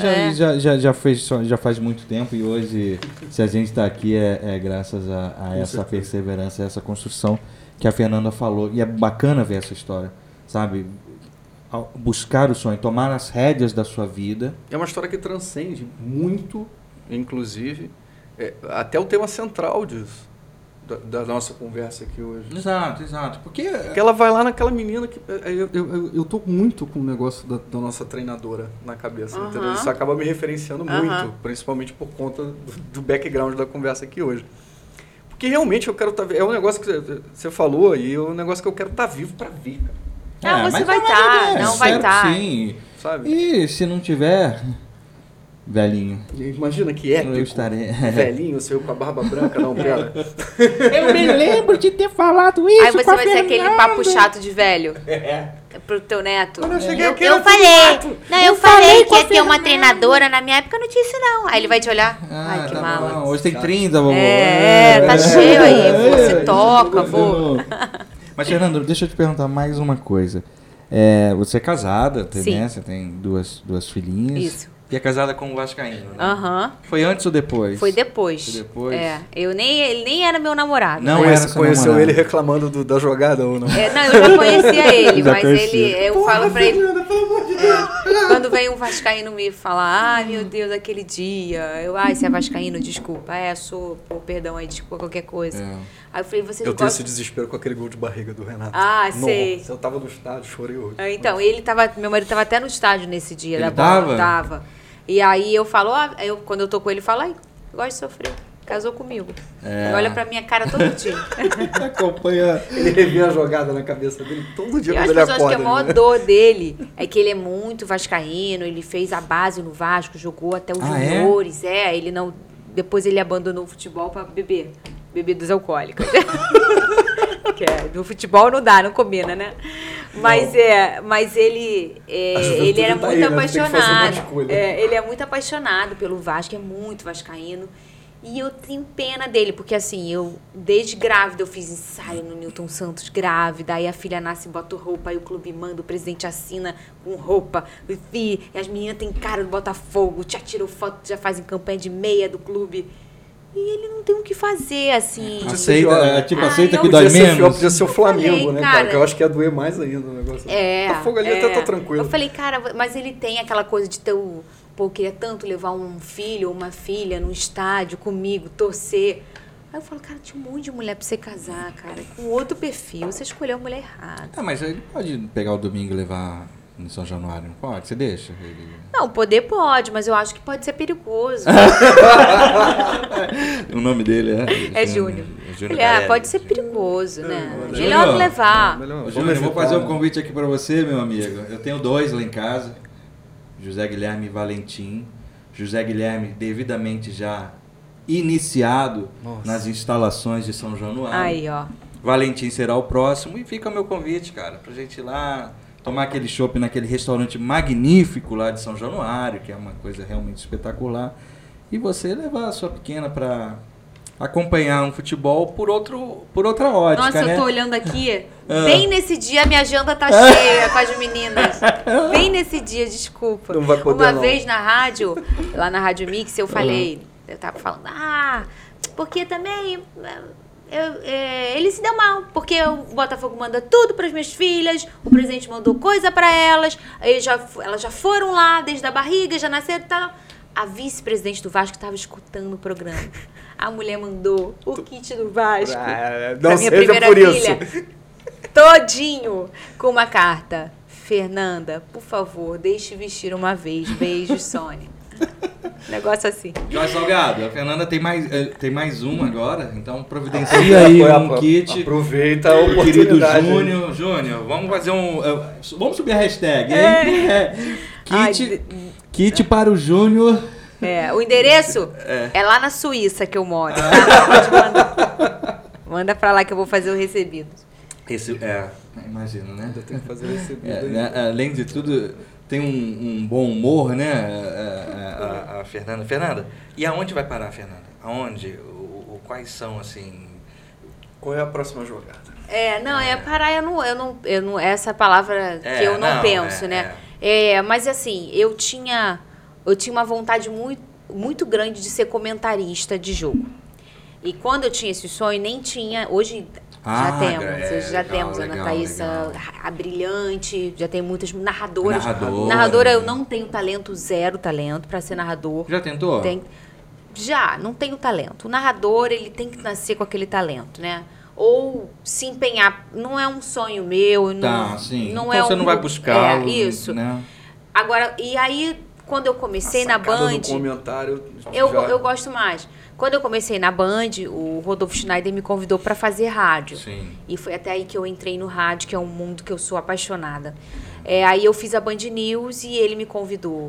já faz muito tempo e hoje, se a gente tá aqui, é graças a essa perseverança, a essa construção que a Fernanda falou. E é bacana ver essa história, sabe? Buscar o sonho, tomar as rédeas da sua vida. É uma história que transcende muito... Inclusive, até o tema central disso, da nossa conversa aqui hoje. Exato. Porque ela vai lá naquela menina que... Eu tô muito com o negócio da nossa treinadora na cabeça. Entendeu? Isso acaba me referenciando muito, principalmente por conta do background da conversa aqui hoje. Porque realmente eu quero estar... É um negócio que você falou e é um negócio que eu quero estar vivo para ver. Não, você vai estar. Não vai estar. Sim. Sabe? E se não tiver... Velhinho. Imagina que épico. Eu estarei. Velhinho, saiu com a barba branca, não, pera. Eu me lembro de ter falado isso. Aí você vai ser aquele papo chato de velho. Pro teu neto. Quando eu cheguei aqui, eu falei. Não, eu falei que ia ter uma treinadora. Na minha época eu não tinha isso, não. Aí ele vai te olhar. Ai, que mala. Hoje tem 30, vovô. Tá cheio aí. Você toca, vô. Mas, Fernando, deixa eu te perguntar mais uma coisa. Você é casada, né? Você tem duas filhinhas. Isso. E é casada com o vascaíno, né? Foi antes ou depois? Foi depois. Ele nem era meu namorado. Não era seu namorado. Conheceu ele reclamando da jogada ou não? Não, eu já conhecia ele, mas eu falo pra ele... Quando vem um vascaíno me falar, meu Deus, aquele dia, você é vascaíno, desculpa. Sou, perdão aí, desculpa qualquer coisa. Aí eu falei, eu tenho esse desespero com aquele gol de barriga do Renato. Sei. Nossa, eu tava no estádio, chorei hoje. Então, meu marido tava até no estádio nesse dia da bola. Tava. E aí eu falo, quando eu tô com ele, eu falo, eu gosto de sofrer. Casou comigo. Ele olha pra minha cara todo dia. Acompanha. Ele revia a jogada na cabeça dele todo dia quando ele acorda. Eu acho que a maior dor dele é que ele é muito vascaíno, ele fez a base no Vasco, jogou até os juniores. Ele não... Depois ele abandonou o futebol pra beber bebidas alcoólicas. No futebol não dá, não combina, né? Mas ele era muito apaixonado. Ele é muito apaixonado pelo Vasco, é muito vascaíno. E eu tenho pena dele, porque assim, eu, desde grávida, eu fiz ensaio no Newton Santos, grávida, aí a filha nasce e bota roupa, aí o clube manda, o presidente assina com roupa, e as meninas têm cara do Botafogo, já tirou foto, já fazem campanha de meia do clube. E ele não tem o que fazer, assim. Aceita que dói menos. Podia ser o Flamengo, né, cara? Que eu acho que ia doer mais ainda o negócio. O Botafogo ali até tá tranquilo. Eu falei, cara, mas ele tem aquela coisa de ter o... Pô, eu queria tanto levar um filho ou uma filha num estádio comigo, torcer. Aí eu falo, cara, tinha um monte de mulher pra você casar, cara. Com outro perfil, você escolheu a mulher errada. Mas ele pode pegar o domingo e levar em São Januário, não pode? Você deixa? Não, poder pode, mas eu acho que pode ser perigoso. O nome dele é Júnior. Pode ser perigoso, né? Melhor não levar. Júnior, eu vou fazer um convite aqui pra você, meu amigo. Eu tenho 2 lá em casa. José Guilherme e Valentim. José Guilherme devidamente já iniciado nas instalações de São Januário. Aí, ó. Valentim será o próximo. E fica o meu convite, cara, pra gente ir lá tomar aquele chopp naquele restaurante magnífico lá de São Januário, que é uma coisa realmente espetacular. E você levar a sua pequena pra acompanhar um futebol por outra ótica, Nossa, né? eu tô olhando aqui. Bem nesse dia, minha agenda tá cheia com as meninas. Bem nesse dia, desculpa. Não vai poder, Uma vez na rádio, lá na Rádio Mix, eu falei, eu tava falando, porque também ele se deu mal, porque o Botafogo manda tudo para as minhas filhas, o presidente mandou coisa para elas, elas já foram lá desde a barriga, já nasceram e tal. A vice-presidente do Vasco estava escutando o programa. A mulher mandou o kit do Vasco pra minha primeira filha. Todinho, com uma carta. Fernanda, por favor, deixe vestir uma vez. Beijo, Sônia. Negócio assim. Jorge Salgado, a Fernanda tem mais uma agora, então providencia aí um kit. Aproveita a oportunidade. Querido Júnior, vamos fazer vamos subir a hashtag, hein? Kit para o Júnior. O endereço é lá na Suíça que eu moro. Tá? Manda pra lá que eu vou fazer o recebido. Imagina, né? Ainda tem que fazer o recebido. Além de tudo, tem um bom humor, né? A Fernanda. Fernanda, e aonde vai parar a Fernanda? Aonde? Quais são, assim... Qual é a próxima jogada? Parar, eu não essa palavra que eu não penso, né? Mas assim, eu tinha uma vontade muito, muito grande de ser comentarista de jogo. E quando eu tinha esse sonho, nem tinha... Hoje já temos a Ana Thaísa, a brilhante, já tem muitas narradoras. Narradora, eu não tenho talento, 0 talento para ser narrador. Já tentou? Já, não tenho talento. O narrador, ele tem que nascer com aquele talento, né? Ou se empenhar. Não é um sonho meu. Sim. Não então você não vai buscar. Isso. Né? Agora, e aí, quando eu comecei na Band... do comentário... Eu gosto mais. Quando eu comecei na Band, o Rodolfo Schneider me convidou para fazer rádio. Sim. E foi até aí que eu entrei no rádio, que é um mundo que eu sou apaixonada. Aí eu fiz a Band News e ele me convidou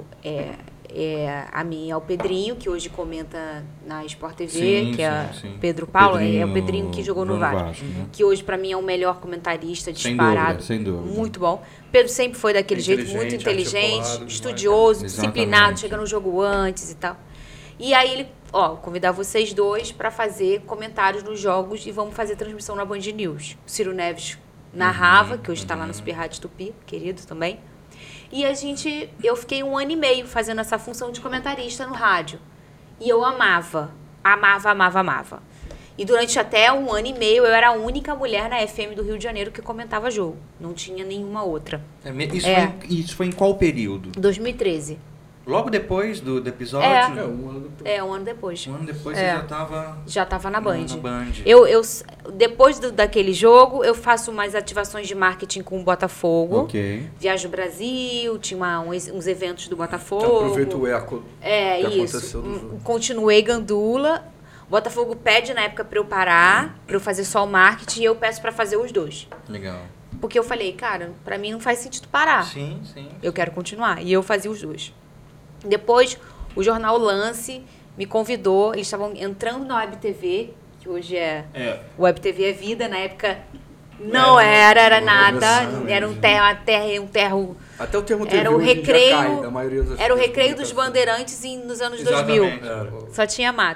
a mim, ao Pedrinho, que hoje comenta na Sport TV, Pedro Paulo, é o Pedrinho que jogou no Vasco, né? Que hoje para mim é o melhor comentarista disparado. Sem dúvida. Muito bom. Pedro sempre foi daquele jeito, muito inteligente, estudioso, disciplinado, chega no jogo antes e tal. E aí ele, convidar vocês dois para fazer comentários nos jogos e vamos fazer transmissão na Band News. O Ciro Neves narrava, que hoje está lá no Super Rádio Tupi, querido também. E eu fiquei 1 ano e meio fazendo essa função de comentarista no rádio. E eu amava. E durante até 1 ano e meio, eu era a única mulher na FM do Rio de Janeiro que comentava jogo. Não tinha nenhuma outra. Isso foi em qual período? 2013. Logo depois do episódio? 1 ano depois. 1 ano depois. 1 ano depois você já estava... Já estava na Band. Eu depois daquele jogo, eu faço mais ativações de marketing com o Botafogo. Ok. Viajo ao Brasil, tinha uns eventos do Botafogo. Então, aproveita o eco que aconteceu do jogo. Continuei gandula. O Botafogo pede na época para eu parar, para eu fazer só o marketing, e eu peço para fazer os dois. Legal. Porque eu falei, cara, para mim não faz sentido parar. Sim. Eu quero continuar. E eu fazia os dois. Depois, o jornal Lance me convidou, eles estavam entrando na Web TV, que hoje Web TV é vida, na época não era nada, era um terro. Até o termo TV era o recreio, cai, da maioria das era o recreio dos bandeirantes nos anos 2000. Só tinha mato.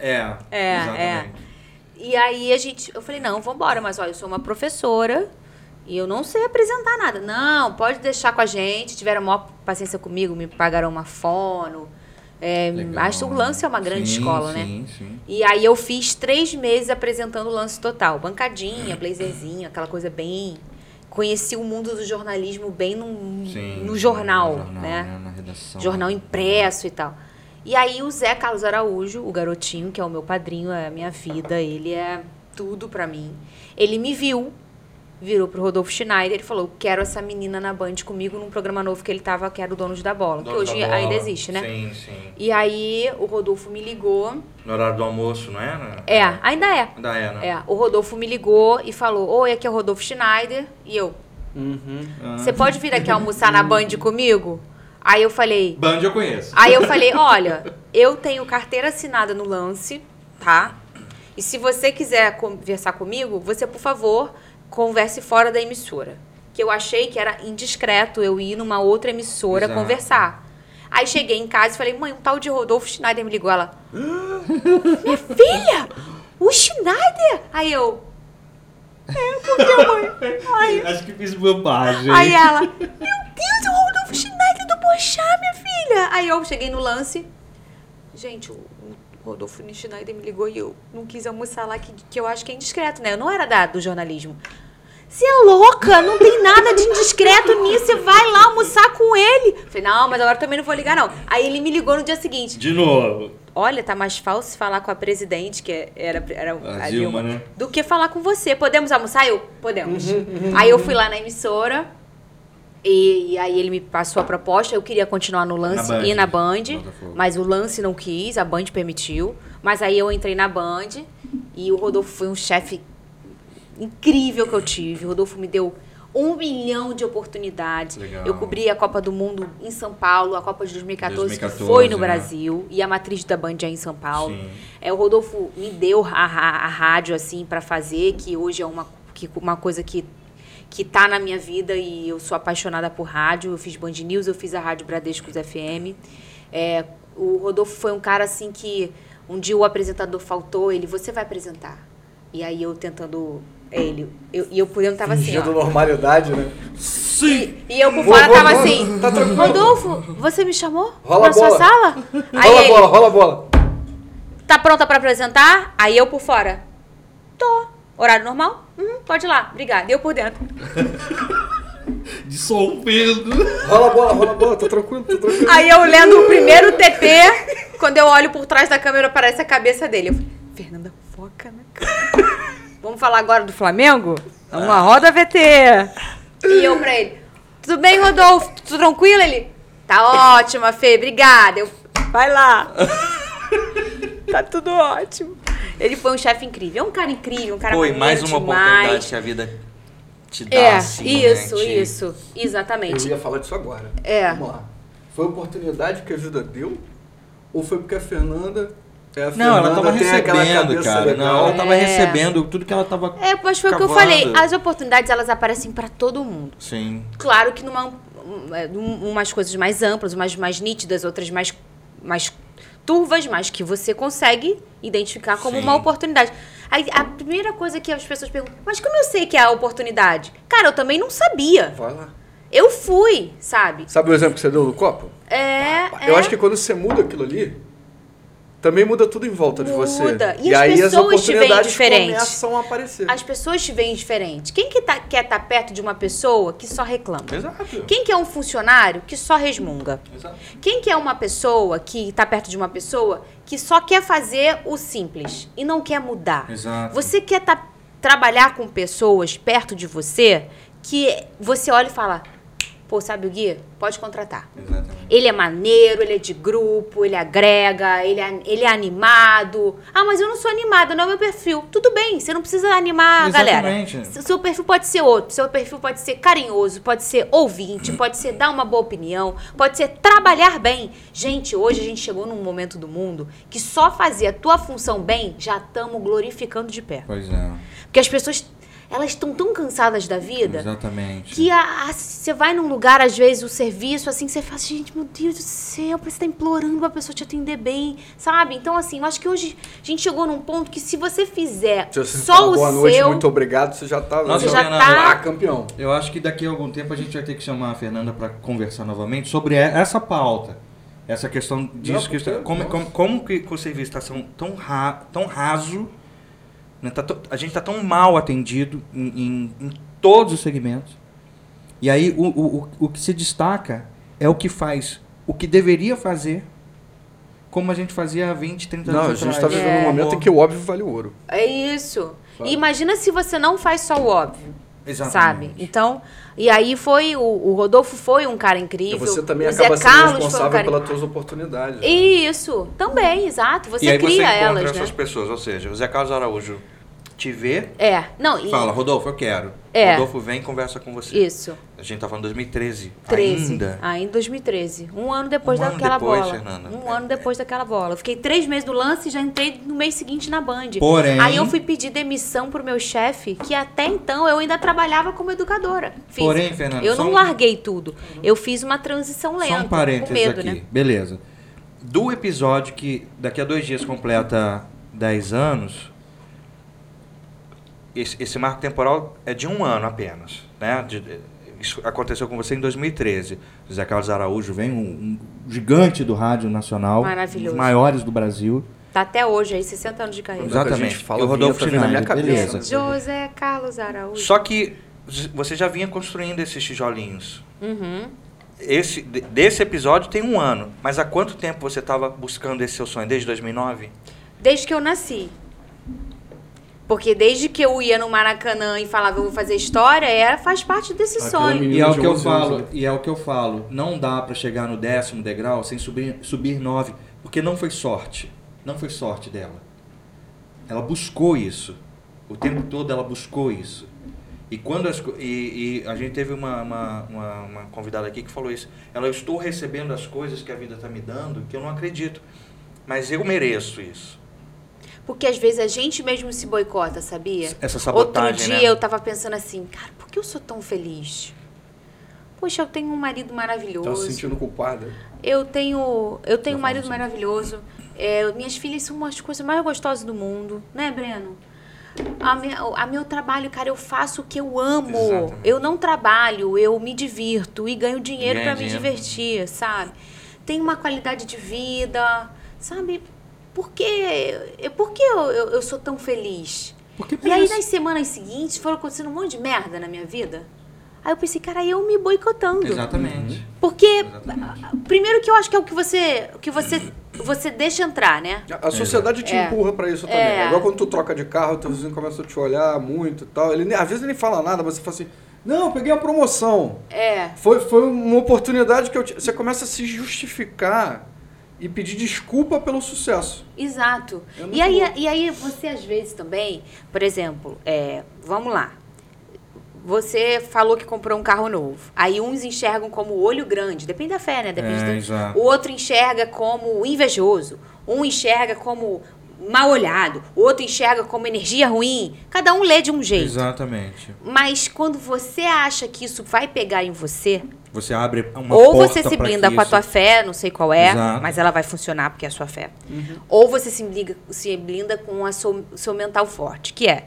Exatamente. E aí eu falei, não, vambora, mas olha, eu sou uma professora e eu não sei apresentar nada. Não, pode deixar com a gente, tiveram a maior paciência comigo, me pagaram uma fono. Acho que o Lance é uma grande escola, né? Sim. E aí eu fiz 3 meses apresentando o Lance Total. Bancadinha, blazerzinho, aquela coisa bem... Conheci o mundo do jornalismo bem no jornal, né? Na redação. Jornal impresso e tal. E aí o Zé Carlos Araújo, o garotinho, que é o meu padrinho, é a minha vida, ele é tudo pra mim. Ele me viu, virou pro Rodolfo Schneider e falou, quero essa menina na Band comigo num programa novo que ele tava, que era o Donos da Bola, que hoje ainda existe, né? Sim. E aí o Rodolfo me ligou. No horário do almoço, não é? Ainda é. Ainda é, né? O Rodolfo me ligou e falou, oi, aqui é o Rodolfo Schneider. E eu, você pode vir aqui almoçar na Band comigo? Aí eu falei... Band eu conheço. Aí eu falei, olha, eu tenho carteira assinada no Lance, tá? E se você quiser conversar comigo, você, por favor, converse fora da emissora. Que eu achei que era indiscreto eu ir numa outra emissora conversar. Aí cheguei em casa e falei, mãe, um tal de Rodolfo Schneider me ligou. Ela, minha filha, o Schneider? Aí eu... por que, mãe? Aí, acho que fiz bobagem. Aí ela, meu Deus, é o Rodolfo Schneider do Boixá, minha filha. Aí eu cheguei no Lance. Gente, o Rodolfo Schneider me ligou e eu não quis almoçar lá, que eu acho que é indiscreto, né? Eu não era do jornalismo. Você é louca, não tem nada de indiscreto nisso, você vai lá almoçar com ele. Falei, não, mas agora também não vou ligar, não. Aí ele me ligou no dia seguinte. De novo. Olha, tá mais fácil falar com a presidente, que era a Dilma, né? Do que falar com você. Podemos almoçar? Podemos. Aí eu fui lá na emissora e aí ele me passou a proposta. Eu queria continuar no Lance e na Band, mas o Lance não quis, a Band permitiu. Mas aí eu entrei na Band e o Rodolfo foi um chefe incrível que eu tive. O Rodolfo me deu 1 milhão de oportunidades. Legal. Eu cobri a Copa do Mundo em São Paulo, a Copa de 2014 que foi no Brasil, e a matriz da Band é em São Paulo. O Rodolfo me deu a rádio assim para fazer, que hoje é uma coisa que tá na minha vida e eu sou apaixonada por rádio. Eu fiz Band News, eu fiz a Rádio Bradescos FM. O Rodolfo foi um cara assim que um dia o apresentador faltou, você vai apresentar. E aí eu tentando... eu por dentro tava assim, ó. Normalidade, né? Sim! E eu por fora tava assim, tá Rodolfo, você me chamou? Rola na sua sala? Aí rola a bola. Tá pronta pra apresentar? Aí eu por fora, tô. Horário normal? Pode ir lá, obrigada. E eu por dentro. Dissolvendo. Rola a bola, tô tranquilo. Aí eu lendo o primeiro TT, quando eu olho por trás da câmera, aparece a cabeça dele. Eu falei, Fernanda, foca na cara. Vamos falar agora do Flamengo? Vamos lá, roda VT. E eu pra ele, tudo bem, Rodolfo? Tudo tranquilo? Ele, tá ótima, Fê, obrigada. Eu, vai lá. Tá tudo ótimo. Ele foi um chefe incrível, é um cara incrível, um cara maneiro mais uma demais. oportunidade que a vida te dá, assim, isso, exatamente. Eu ia falar disso agora. Vamos lá. Foi a oportunidade que a vida deu? Ou foi porque a Fernanda... Não, ela tava recebendo, cara. Legal. Não, ela tava recebendo tudo que ela tava mas foi o que eu falei. As oportunidades, elas aparecem pra todo mundo. Sim. Claro que umas coisas mais amplas, umas mais nítidas, outras mais turvas, mas que você consegue identificar como uma oportunidade. Aí, a primeira coisa que as pessoas perguntam, mas como eu sei que é a oportunidade? Cara, eu também não sabia. Vai lá. Eu fui, sabe? Sabe o exemplo que você deu do copo? Eu acho que quando você muda aquilo ali, também muda tudo em volta de você. Muda. E aí as oportunidades começam a aparecer. As pessoas te veem diferente. Quem quer estar perto de uma pessoa que só reclama? Exato. Quem que é um funcionário que só resmunga? Exato. Quem que é uma pessoa que está perto de uma pessoa que só quer fazer o simples e não quer mudar? Exato. Você quer trabalhar com pessoas perto de você que você olha e fala... Pô, sabe o Gui? Pode contratar. Exatamente. Ele é maneiro, ele é de grupo, ele agrega, ele é animado. Ah, mas eu não sou animada, não é meu perfil. Tudo bem, você não precisa animar a galera. Seu perfil pode ser outro, seu perfil pode ser carinhoso, pode ser ouvinte, pode ser dar uma boa opinião, pode ser trabalhar bem. Gente, hoje a gente chegou num momento do mundo que só fazer a tua função bem, já estamos glorificando de pé. Pois é. Porque as pessoas... elas estão tão cansadas da vida. Exatamente. Que você vai num lugar, às vezes, o serviço, assim, você fala, gente, meu Deus do céu, parece que tá implorando pra pessoa te atender bem, sabe? Então, assim, eu acho que hoje a gente chegou num ponto que se você fizer só o boa noite, muito obrigado, você já tá, Nossa, você já tá campeão. Eu acho que daqui a algum tempo a gente vai ter que chamar a Fernanda para conversar novamente sobre essa pauta. Essa questão disso. Como que o serviço está tão raso, né? A gente está tão mal atendido em todos os segmentos. E aí o que se destaca é o que faz, o que deveria fazer, como a gente fazia há 20, 30 anos atrás. A gente está vivendo um momento em que o óbvio vale o ouro. É isso. E imagina se você não faz só o óbvio. Exatamente. Sabe? Então, e aí foi, o Rodolfo foi um cara incrível. E você também o acaba Zé sendo Carlos responsável foi um pelas suas oportunidades. Né? Isso, também, exato. Você e aí cria você encontra elas, essas né? pessoas, ou seja, o Zé Carlos Araújo te vê, Não, fala, Rodolfo, eu quero. Rodolfo vem e conversa com você. Isso. A gente tá falando 2013. 13. Ainda 2013. Um ano depois daquela bola. Fernanda. Um ano depois daquela bola. Eu fiquei 3 meses no lance e já entrei no mês seguinte na Band. Porém... Aí eu fui pedir demissão pro meu chefe, que até então eu ainda trabalhava como educadora física. Porém, Fernanda... Eu não larguei tudo. Eu fiz uma transição lenta. Só um parênteses com medo, aqui. né? Beleza. Do episódio que daqui a 2 dias completa 10 anos... Esse marco temporal é de 1 ano apenas, né? Isso aconteceu com você em 2013. José Carlos Araújo vem, um gigante do rádio nacional, um dos maiores do Brasil. Tá até hoje aí, 60 anos de carreira. Exatamente. Fala, o Rodolfo na minha cabeça. José Carlos Araújo. Só que você já vinha construindo esses tijolinhos. Uhum. Desse episódio tem 1 ano. Mas há quanto tempo você estava buscando esse seu sonho? Desde 2009? Desde que eu nasci. Porque desde que eu ia no Maracanã e falava eu vou fazer história, faz parte desse sonho. E é o que eu falo. Não dá para chegar no 10º degrau sem subir 9, porque não foi sorte. Não foi sorte dela. Ela buscou isso. O tempo todo ela buscou isso. E quando e a gente teve uma convidada aqui que falou isso. Eu estou recebendo as coisas que a vida está me dando que eu não acredito. Mas eu mereço isso. Porque às vezes a gente mesmo se boicota, sabia? Essa sabotagem, Outro dia eu tava pensando assim, cara, por que eu sou tão feliz? Poxa, eu tenho um marido maravilhoso. Tá se sentindo culpada? Eu tenho um marido maravilhoso. Minhas filhas são umas coisas mais gostosas do mundo, né, Breno? A meu trabalho, cara, eu faço o que eu amo. Exatamente. Eu não trabalho, eu me divirto e ganho dinheiro para me divertir, sabe? Tenho uma qualidade de vida, sabe? Por que eu sou tão feliz? E aí, nas semanas seguintes, foram acontecendo um monte de merda na minha vida. Aí eu pensei, cara, eu me boicotando. Exatamente. Porque, primeiro que eu acho que é o que você deixa entrar, né? A sociedade te empurra pra isso também. É igual quando tu troca de carro, teu vizinho começa a te olhar muito e tal. Às vezes ele nem fala nada, mas você fala assim, não, eu peguei uma promoção. Foi uma oportunidade que você começa a se justificar e pedir desculpa pelo sucesso. Exato. E aí você às vezes também, por exemplo, vamos lá. Você falou que comprou um carro novo. Aí uns enxergam como olho grande. Depende da fé, né? O outro enxerga como invejoso. Um enxerga como mal olhado. O outro enxerga como energia ruim. Cada um lê de um jeito. Exatamente. Mas quando você acha que isso vai pegar em você... Você abre uma ou porta você se blinda com a tua fé, não sei qual é, exato, mas ela vai funcionar porque é a sua fé. Uhum. Ou você se blinda com o seu mental forte, que é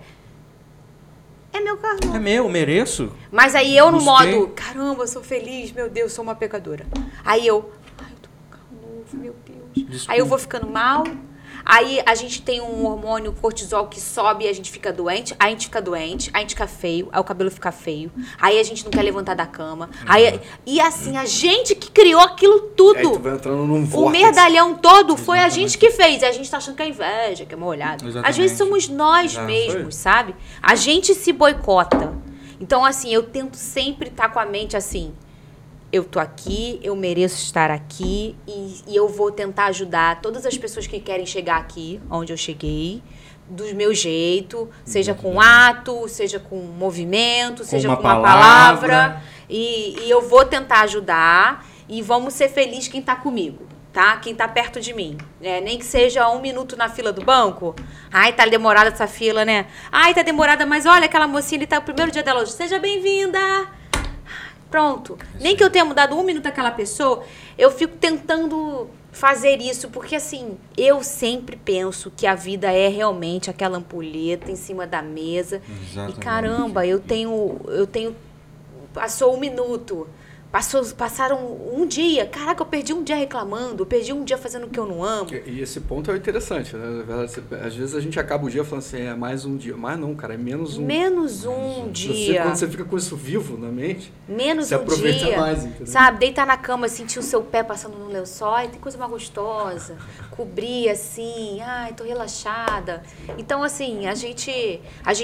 meu carro novo. É meu, mereço. Mas aí eu no modo, caramba, eu sou feliz, meu Deus, sou uma pecadora. Aí eu tô com um carro novo, meu Deus. Desculpa. Aí eu vou ficando mal. Aí a gente tem um hormônio cortisol que sobe e a gente fica doente. Aí a gente fica doente, aí a gente fica feio, aí o cabelo fica feio. Aí a gente não quer levantar da cama. E assim, a gente que criou aquilo tudo. Aí tu vai entrando num vórtice. O merdalhão todo foi a gente que fez. E a gente tá achando que é inveja, que é mal olhado. Exatamente. Às vezes somos nós mesmos, sabe? A gente se boicota. Então, assim, eu tento sempre estar com a mente assim... Eu tô aqui, eu mereço estar aqui e eu vou tentar ajudar todas as pessoas que querem chegar aqui, onde eu cheguei, do meu jeito, seja com ato, seja com movimento, seja com uma palavra. E eu vou tentar ajudar e vamos ser felizes quem tá comigo. tá? Quem tá perto de mim. Nem que seja 1 minuto na fila do banco. Ai, tá demorada essa fila, né? Ai, tá demorada, mas olha, aquela mocinha, ele tá o primeiro dia dela hoje. Seja bem-vinda! Pronto. Nem que eu tenha mudado 1 minuto aquela pessoa, eu fico tentando fazer isso, porque assim, eu sempre penso que a vida é realmente aquela ampulheta em cima da mesa. Exatamente. E caramba, eu tenho passou 1 minuto, passaram um dia, caraca, eu perdi um dia reclamando, eu perdi um dia fazendo o que eu não amo. E esse ponto é interessante, né? Às vezes a gente acaba o dia falando assim, é mais um dia, mas não, cara, é menos um. Menos um dia. Quando você fica com isso vivo na mente, menos você um aproveita dia, mais, entendeu? sabe? Deitar na cama, sentir o seu pé passando no lençol, ai, tem coisa mais gostosa, cobrir assim, ai, tô relaxada. Então, assim, a gente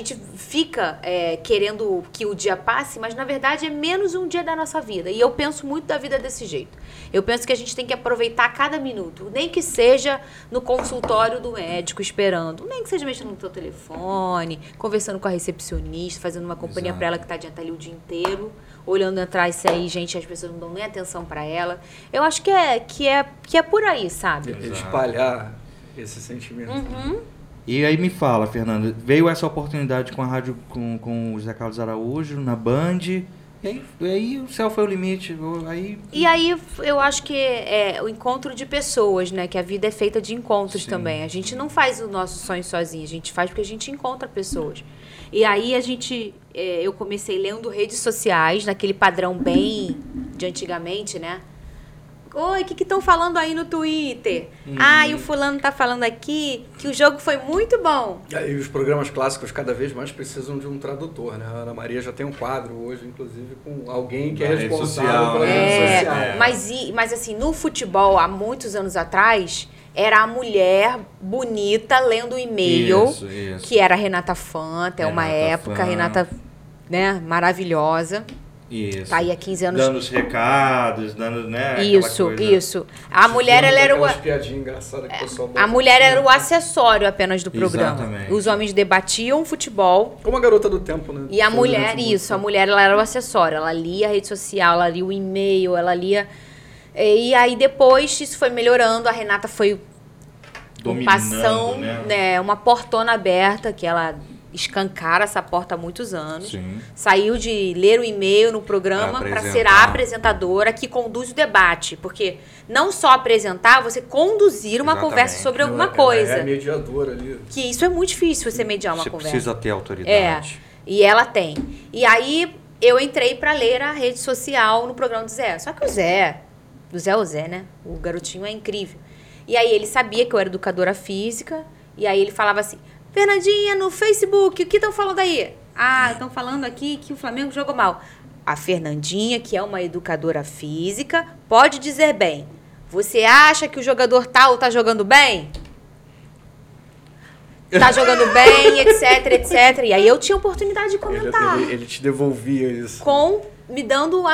fica querendo que o dia passe, mas na verdade é menos um dia da nossa vida. E eu penso muito da vida desse jeito. Eu penso que a gente tem que aproveitar cada minuto, nem que seja no consultório do médico esperando, nem que seja mexendo no teu telefone, conversando com a recepcionista, fazendo uma companhia para ela que tadinha tá ali o dia inteiro, olhando atrás aí, gente, as pessoas não dão nem atenção para ela. Eu acho que é por aí, sabe? Espalhar esse sentimento. Uhum. E aí me fala, Fernanda, veio essa oportunidade com a rádio, com o José Carlos Araújo, na Band. E aí o céu foi o limite. E aí eu acho que é o encontro de pessoas, né? Que a vida é feita de encontros também. A gente não faz o nosso sonho sozinho, a gente faz porque a gente encontra pessoas. E aí eu comecei lendo redes sociais, naquele padrão bem de antigamente, né? Oi, o que estão falando aí no Twitter? E o fulano tá falando aqui que o jogo foi muito bom. E os programas clássicos cada vez mais precisam de um tradutor, né? A Ana Maria já tem um quadro hoje, inclusive, com alguém que é responsável pela rede social. Mas assim, no futebol, há muitos anos atrás, era a mulher bonita lendo o e-mail, isso. Que era a Renata Fã, até uma época, a Renata, né, maravilhosa. Isso. Tá aí há 15 anos. Dando os recados, dando, né? Isso. A mulher, ela era A mulher era o acessório apenas do programa. Exatamente. Os homens debatiam futebol. Como a garota do tempo, né? E a mulher, a mulher, ela era o acessório. Ela lia a rede social, ela lia o e-mail, ela lia... E aí depois isso foi melhorando. A Renata foi dominando, né? Uma portona aberta que ela... escancara essa porta há muitos anos. Sim. Saiu de ler o e-mail no programa para ser a apresentadora que conduz o debate. Porque não só apresentar, você conduzir uma conversa sobre alguma coisa. Ela é a mediadora ali. Que isso é muito difícil, você mediar uma conversa. Você precisa ter autoridade. E ela tem. E aí eu entrei para ler a rede social no programa do Zé. Só que o Zé, né? O garotinho é incrível. E aí ele sabia que eu era educadora física. E aí ele falava assim... Fernandinha, no Facebook, o que estão falando aí? Estão falando aqui que o Flamengo jogou mal. A Fernandinha, que é uma educadora física, pode dizer bem. Você acha que o jogador tal tá jogando bem? Tá jogando bem, etc. E aí eu tinha oportunidade de comentar. Ele te devolvia isso. Me dando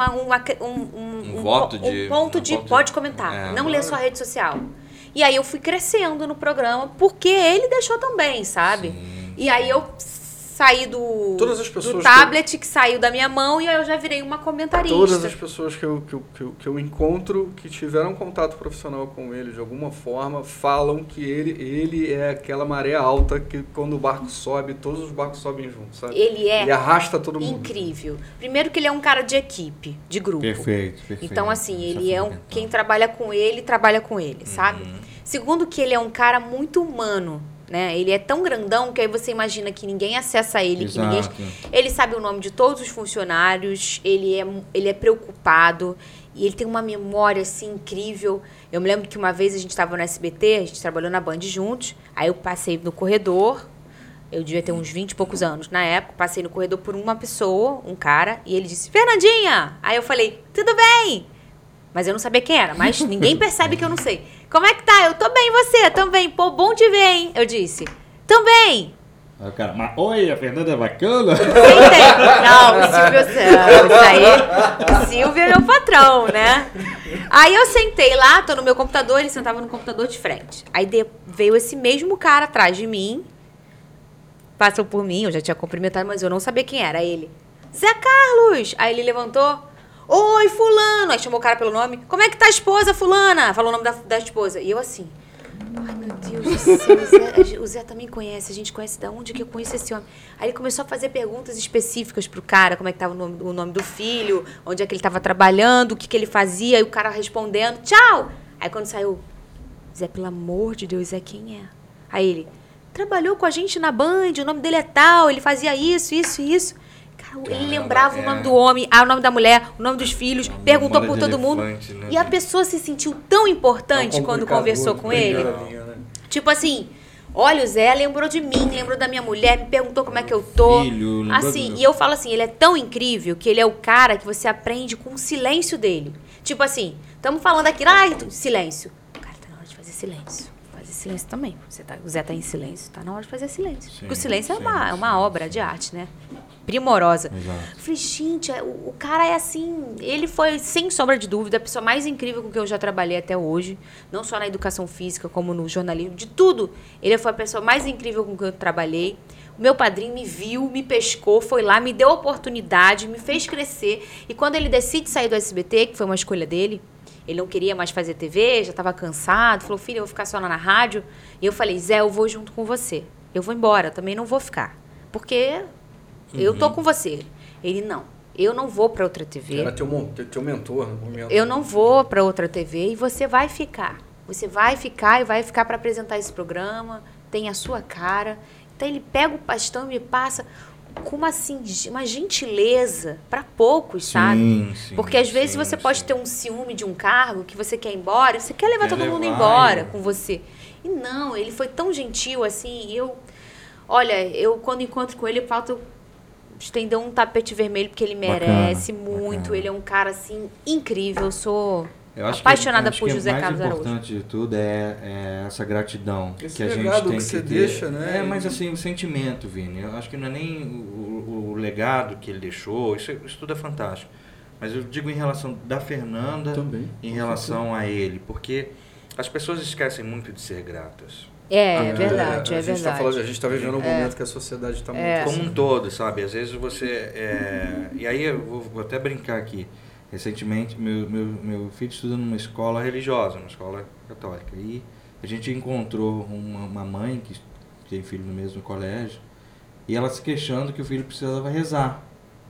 um ponto de pode comentar. Não ler só a rede social. E aí eu fui crescendo no programa, porque ele deixou também, sabe? Sim. E aí eu saí do tablet que saiu da minha mão e aí eu já virei uma comentarista. Todas as pessoas que eu encontro que tiveram contato profissional com ele de alguma forma falam que ele é aquela maré alta que quando o barco sobe, todos os barcos sobem juntos, sabe? Ele arrasta todo mundo. Incrível. Primeiro que ele é um cara de equipe, de grupo. Perfeito. Então assim, ele é quem trabalha com ele, sabe? Segundo que ele é um cara muito humano. Né? Ele é tão grandão que aí você imagina que ninguém acessa ele, que ninguém... Ele sabe o nome de todos os funcionários, ele é preocupado e ele tem uma memória assim incrível. Eu me lembro que uma vez a gente estava no SBT, a gente trabalhou na Band juntos, aí eu passei no corredor, eu devia ter uns 20 e poucos anos na época, passei no corredor por uma pessoa, um cara, e ele disse, Fernandinha! Aí eu falei, tudo bem? Mas eu não sabia quem era, mas ninguém percebe que eu não sei. Como é que tá? Eu tô bem, você? Também. Pô, bom te ver, hein? Eu disse. Também. Aí o cara, mas oi, a Fernanda é bacana? Não, o Silvio... Isso aí... O Silvio é meu patrão, né? Aí eu sentei lá, tô no meu computador, ele sentava no computador de frente. Aí veio esse mesmo cara atrás de mim, passou por mim, eu já tinha cumprimentado, mas eu não sabia quem era. Aí ele, Zé Carlos! Aí ele levantou... Oi, fulano! Aí chamou o cara pelo nome. Como é que tá a esposa, fulana? Falou o nome da esposa. E eu assim... Ai, meu Deus do céu, o Zé também conhece, a gente conhece de onde que eu conheço esse homem. Aí ele começou a fazer perguntas específicas pro cara, como é que tava o nome do filho, onde é que ele tava trabalhando, o que ele fazia, e o cara respondendo, tchau! Aí quando saiu, Zé, pelo amor de Deus, Zé, quem é? Aí ele, trabalhou com a gente na Band, o nome dele é tal, ele fazia isso. Cara, ele lembrava o nome do homem, o nome da mulher, o nome dos filhos, perguntou por todo mundo. Né? E a pessoa se sentiu tão importante quando conversou com ele. Tipo assim, olha, o Zé lembrou de mim, lembrou da minha mulher, me perguntou como é que eu tô. Assim, e eu falo assim, ele é tão incrível que ele é o cara que você aprende com o silêncio dele. Tipo assim, estamos falando aqui, silêncio. Cara, tá na hora de fazer silêncio. Fazer silêncio também. O Zé tá em silêncio, tá na hora de fazer silêncio. Porque o silêncio é uma obra de arte, né? Primorosa. Exato. Falei, gente, o cara é assim, ele foi, sem sombra de dúvida, a pessoa mais incrível com que eu já trabalhei até hoje, não só na educação física, como no jornalismo, de tudo. Ele foi a pessoa mais incrível com que eu trabalhei. O meu padrinho me viu, me pescou, foi lá, me deu oportunidade, me fez crescer. E quando ele decide sair do SBT, que foi uma escolha dele, ele não queria mais fazer TV, já estava cansado, falou, filho, eu vou ficar só lá na rádio. E eu falei, Zé, eu vou junto com você. Eu vou embora, também não vou ficar. Porque... eu tô com você. Ele, não. Eu não vou pra outra TV. Era teu mentor. Eu não vou pra outra TV e você vai ficar. Você vai ficar e vai ficar pra apresentar esse programa. Tem a sua cara. Então, ele pega o bastão e me passa com uma gentileza pra poucos, sabe? Sim, porque às vezes você pode ter um ciúme de um cargo que você quer ir embora. E você quer levar todo mundo embora com você. E não, ele foi tão gentil assim. Olha, eu quando encontro com ele, falta... estender um tapete vermelho, porque ele merece muito. Bacana. Ele é um cara, assim, incrível. Eu sou apaixonada por José Carlos Araújo. O mais importante de tudo é essa gratidão esse que a gente tem que você ter. Deixa, né? Mas assim, o sentimento, Vini. Eu acho que não é nem o legado que ele deixou. Isso tudo é fantástico. Mas eu digo em relação da Fernanda, também, em relação a ele. Porque as pessoas esquecem muito de ser gratas. É verdade, é verdade. A gente está vivendo um momento que a sociedade está muito... Como um todo, sabe? Às vezes você... E aí eu vou até brincar aqui. Recentemente, meu filho estuda numa escola religiosa, uma escola católica. E a gente encontrou uma mãe que tem filho no mesmo colégio e ela se queixando que o filho precisava rezar.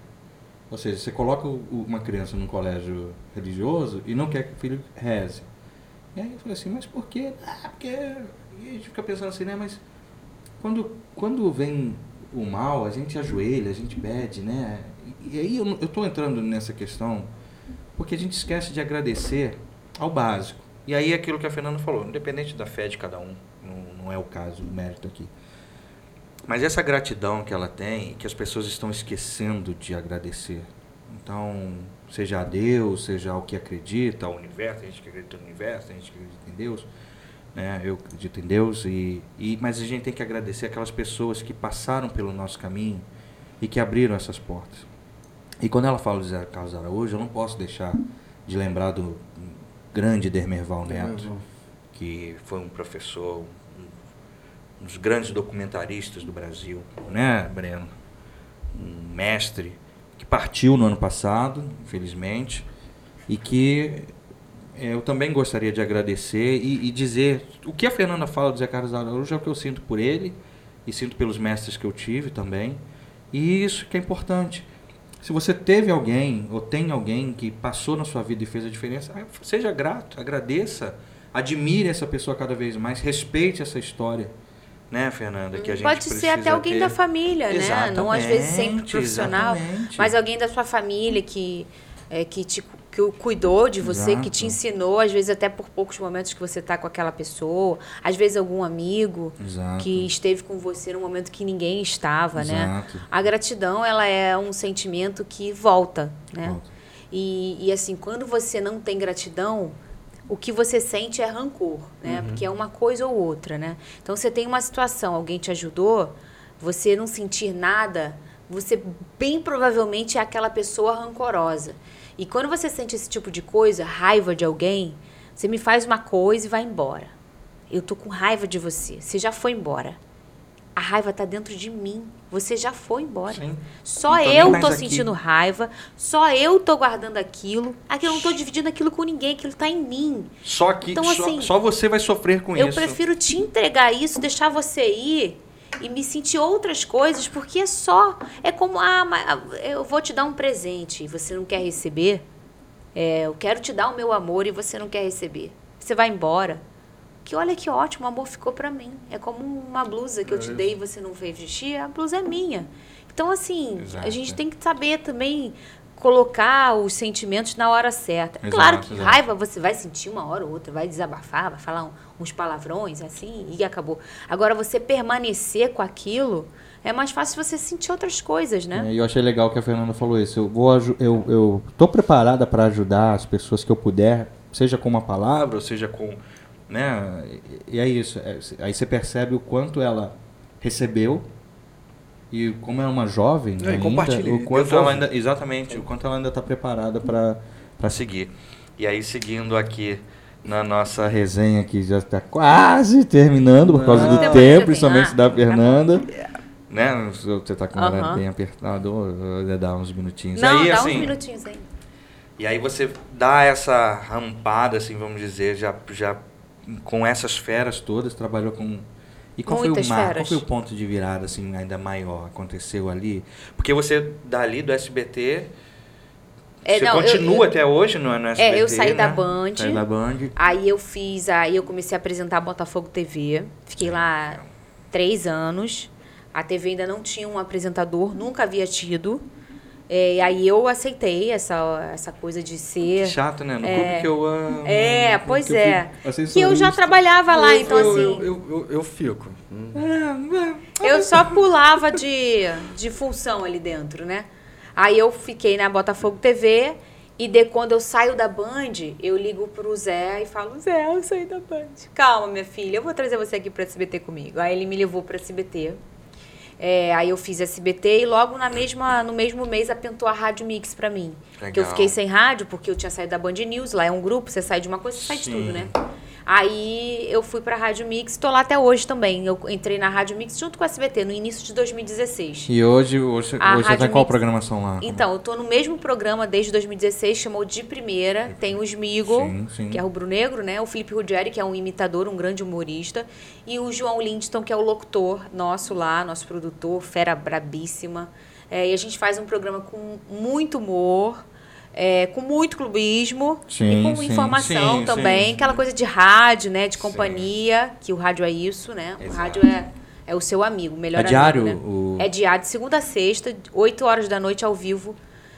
Ou seja, você coloca uma criança num colégio religioso e não quer que o filho reze. E aí eu falei assim, mas por quê? Porque... E a gente fica pensando assim, né? Mas quando vem o mal, a gente ajoelha, a gente pede, né? E aí eu tô entrando nessa questão porque a gente esquece de agradecer ao básico. E aí é aquilo que a Fernanda falou, independente da fé de cada um, não é o caso, o mérito aqui. Mas essa gratidão que ela tem, que as pessoas estão esquecendo de agradecer. Então, seja a Deus, seja ao que acredita, ao universo, tem gente que acredita no universo, tem gente que acredita em Deus... Eu acredito em Deus, mas a gente tem que agradecer aquelas pessoas que passaram pelo nosso caminho e que abriram essas portas. E quando ela fala de José Carlos Araújo, eu não posso deixar de lembrar do grande Dermerval Neto, que foi um professor, um dos grandes documentaristas do Brasil, né, Breno? Um mestre que partiu no ano passado, infelizmente, e que... eu também gostaria de agradecer e dizer o que a Fernanda fala do Zé Carlos Araújo é o que eu sinto por ele e sinto pelos mestres que eu tive também. E isso que é importante. Se você teve alguém ou tem alguém que passou na sua vida e fez a diferença, seja grato, agradeça, admire essa pessoa cada vez mais, respeite essa história. Né, Fernanda? Que a gente pode ser até alguém da família, né? Não às vezes sempre profissional, mas alguém da sua família que cuidou de você, que te ensinou, às vezes até por poucos momentos que você está com aquela pessoa, às vezes algum amigo que esteve com você num momento que ninguém estava, né? A gratidão, ela é um sentimento que volta, né? E assim, quando você não tem gratidão, o que você sente é rancor, né? Porque é uma coisa ou outra, né? Então, você tem uma situação, alguém te ajudou, você não sentir nada, você bem provavelmente é aquela pessoa rancorosa. E quando você sente esse tipo de coisa, raiva de alguém, você me faz uma coisa e vai embora. Eu tô com raiva de você, você já foi embora. A raiva tá dentro de mim. Você já foi embora. Sim. Só eu tô sentindo raiva. Só eu tô guardando aquilo. Eu não tô dividindo aquilo com ninguém. Aquilo tá em mim. Só que então, assim, só você vai sofrer com isso. Eu prefiro te entregar isso, deixar você ir e me sentir outras coisas, porque é como, eu vou te dar um presente e você não quer receber. Eu quero te dar o meu amor e você não quer receber. Você vai embora. Que olha que ótimo, o amor ficou pra mim. É como uma blusa que eu te dei e você não fez vestir, a blusa é minha. Então, assim, a gente tem que saber também colocar os sentimentos na hora certa. Claro que raiva você vai sentir uma hora ou outra, vai desabafar, vai falar uns palavrões, assim, e acabou. Agora, você permanecer com aquilo, é mais fácil você sentir outras coisas, né? Eu achei legal que a Fernanda falou isso. Eu tô preparada para ajudar as pessoas que eu puder, seja com uma palavra, ou seja com... Né? E é isso. Aí você percebe o quanto ela recebeu e como é uma jovem ainda, o quanto ela ainda, exatamente, o quanto ela ainda está preparada para seguir. E aí, seguindo aqui na nossa resenha, que já está quase terminando por causa do tempo, principalmente da Fernanda. Né? Você está com o horário bem apertado, dá uns minutinhos. Não, aí, dá assim, uns minutinhos aí. E aí você dá essa rampada, assim, vamos dizer, já com essas feras todas, trabalhou com... E qual foi o ponto de virada, assim, ainda maior? Aconteceu ali? Porque você, dali do SBT, você continua até hoje no SBT, eu saí, né? da Band. Saí da Band. Aí eu comecei a apresentar a Botafogo TV. Fiquei lá 3 anos. A TV ainda não tinha um apresentador, nunca havia tido. E aí eu aceitei essa coisa de ser... Que chato, né? No clube que eu amo. Pois é. Que eu já trabalhava lá, então assim... Eu fico. Eu só pulava de função ali dentro, né? Aí eu fiquei na Botafogo TV e quando eu saio da Band, eu ligo pro Zé e falo, Zé, eu saí da Band. Calma, minha filha, eu vou trazer você aqui pro SBT comigo. Aí ele me levou pro SBT. Aí eu fiz SBT e logo no mesmo mês apentou a Rádio Mix pra mim. Legal. Que eu fiquei sem rádio porque eu tinha saído da Band News, lá é um grupo, você sai de uma coisa, você sai de tudo, né? Aí eu fui pra Rádio Mix, tô lá até hoje também. Eu entrei na Rádio Mix junto com a SBT, no início de 2016. E hoje você tá qual programação lá? Então, eu tô no mesmo programa desde 2016, chamou De Primeira. Tem o Smigo, que é rubro-negro, né? O Felipe Ruggeri, que é um imitador, um grande humorista. E o João Lindston, que é o locutor nosso lá, nosso produtor, fera brabíssima. E a gente faz um programa com muito humor, com muito clubismo e com informação também. Aquela coisa de rádio, né? De companhia, que o rádio é isso, né? Exato. O rádio é o seu amigo, o melhor amigo. Diário? Né? É diário, de segunda a sexta, 8 horas da noite ao vivo,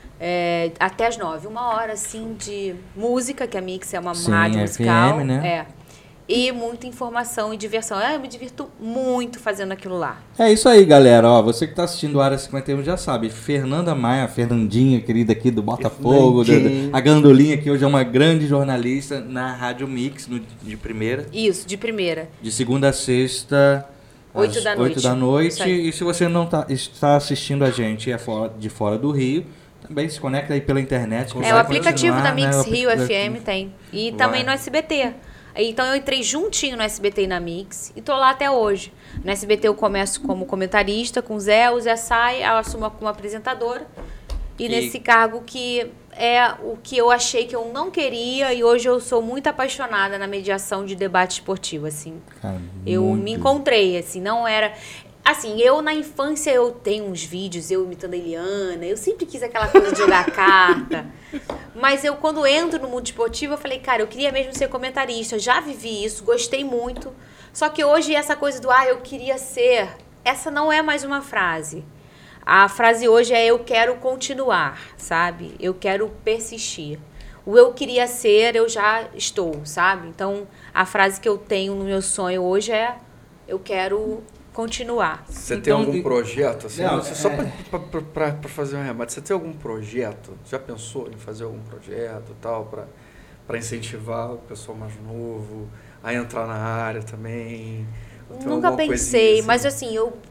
até as 9. 1 hora, assim, de música, que a Mix é uma rádio musical. FM, né? E muita informação e diversão. Eu me divirto muito fazendo aquilo lá. É isso aí, galera. Ó, você que está assistindo Área 51 já sabe. Fernanda Maia, a Fernandinha, querida aqui do Botafogo, a Gandolinha, que hoje é uma grande jornalista na Rádio Mix, de primeira. Isso, de primeira. De segunda a sexta, 8 da noite. 8 da noite. E se você não está assistindo a gente de fora do Rio, também se conecta aí pela internet. O aplicativo da Mix Rio FM tem. E também no SBT. Então eu entrei juntinho no SBT e na Mix e tô lá até hoje. No SBT eu começo como comentarista com o Zé sai, eu assumo como apresentadora. E nesse cargo que é o que eu achei que eu não queria e hoje eu sou muito apaixonada na mediação de debate esportivo, assim. Eu me encontrei, assim, não era... Assim, eu na infância eu tenho uns vídeos, eu imitando a Eliana, eu sempre quis aquela coisa de jogar carta. Mas eu, quando entro no mundo esportivo, eu falei, cara, eu queria mesmo ser comentarista, já vivi isso, gostei muito. Só que hoje essa coisa do, eu queria ser, essa não é mais uma frase. A frase hoje é eu quero continuar, sabe? Eu quero persistir. O eu queria ser, eu já estou, sabe? Então, a frase que eu tenho no meu sonho hoje é eu quero continuar. Você tem algum projeto? Assim, só para fazer um remate, você tem algum projeto? Já pensou em fazer algum projeto tal para incentivar o pessoal mais novo a entrar na área também? Nunca pensei, assim? Mas assim, eu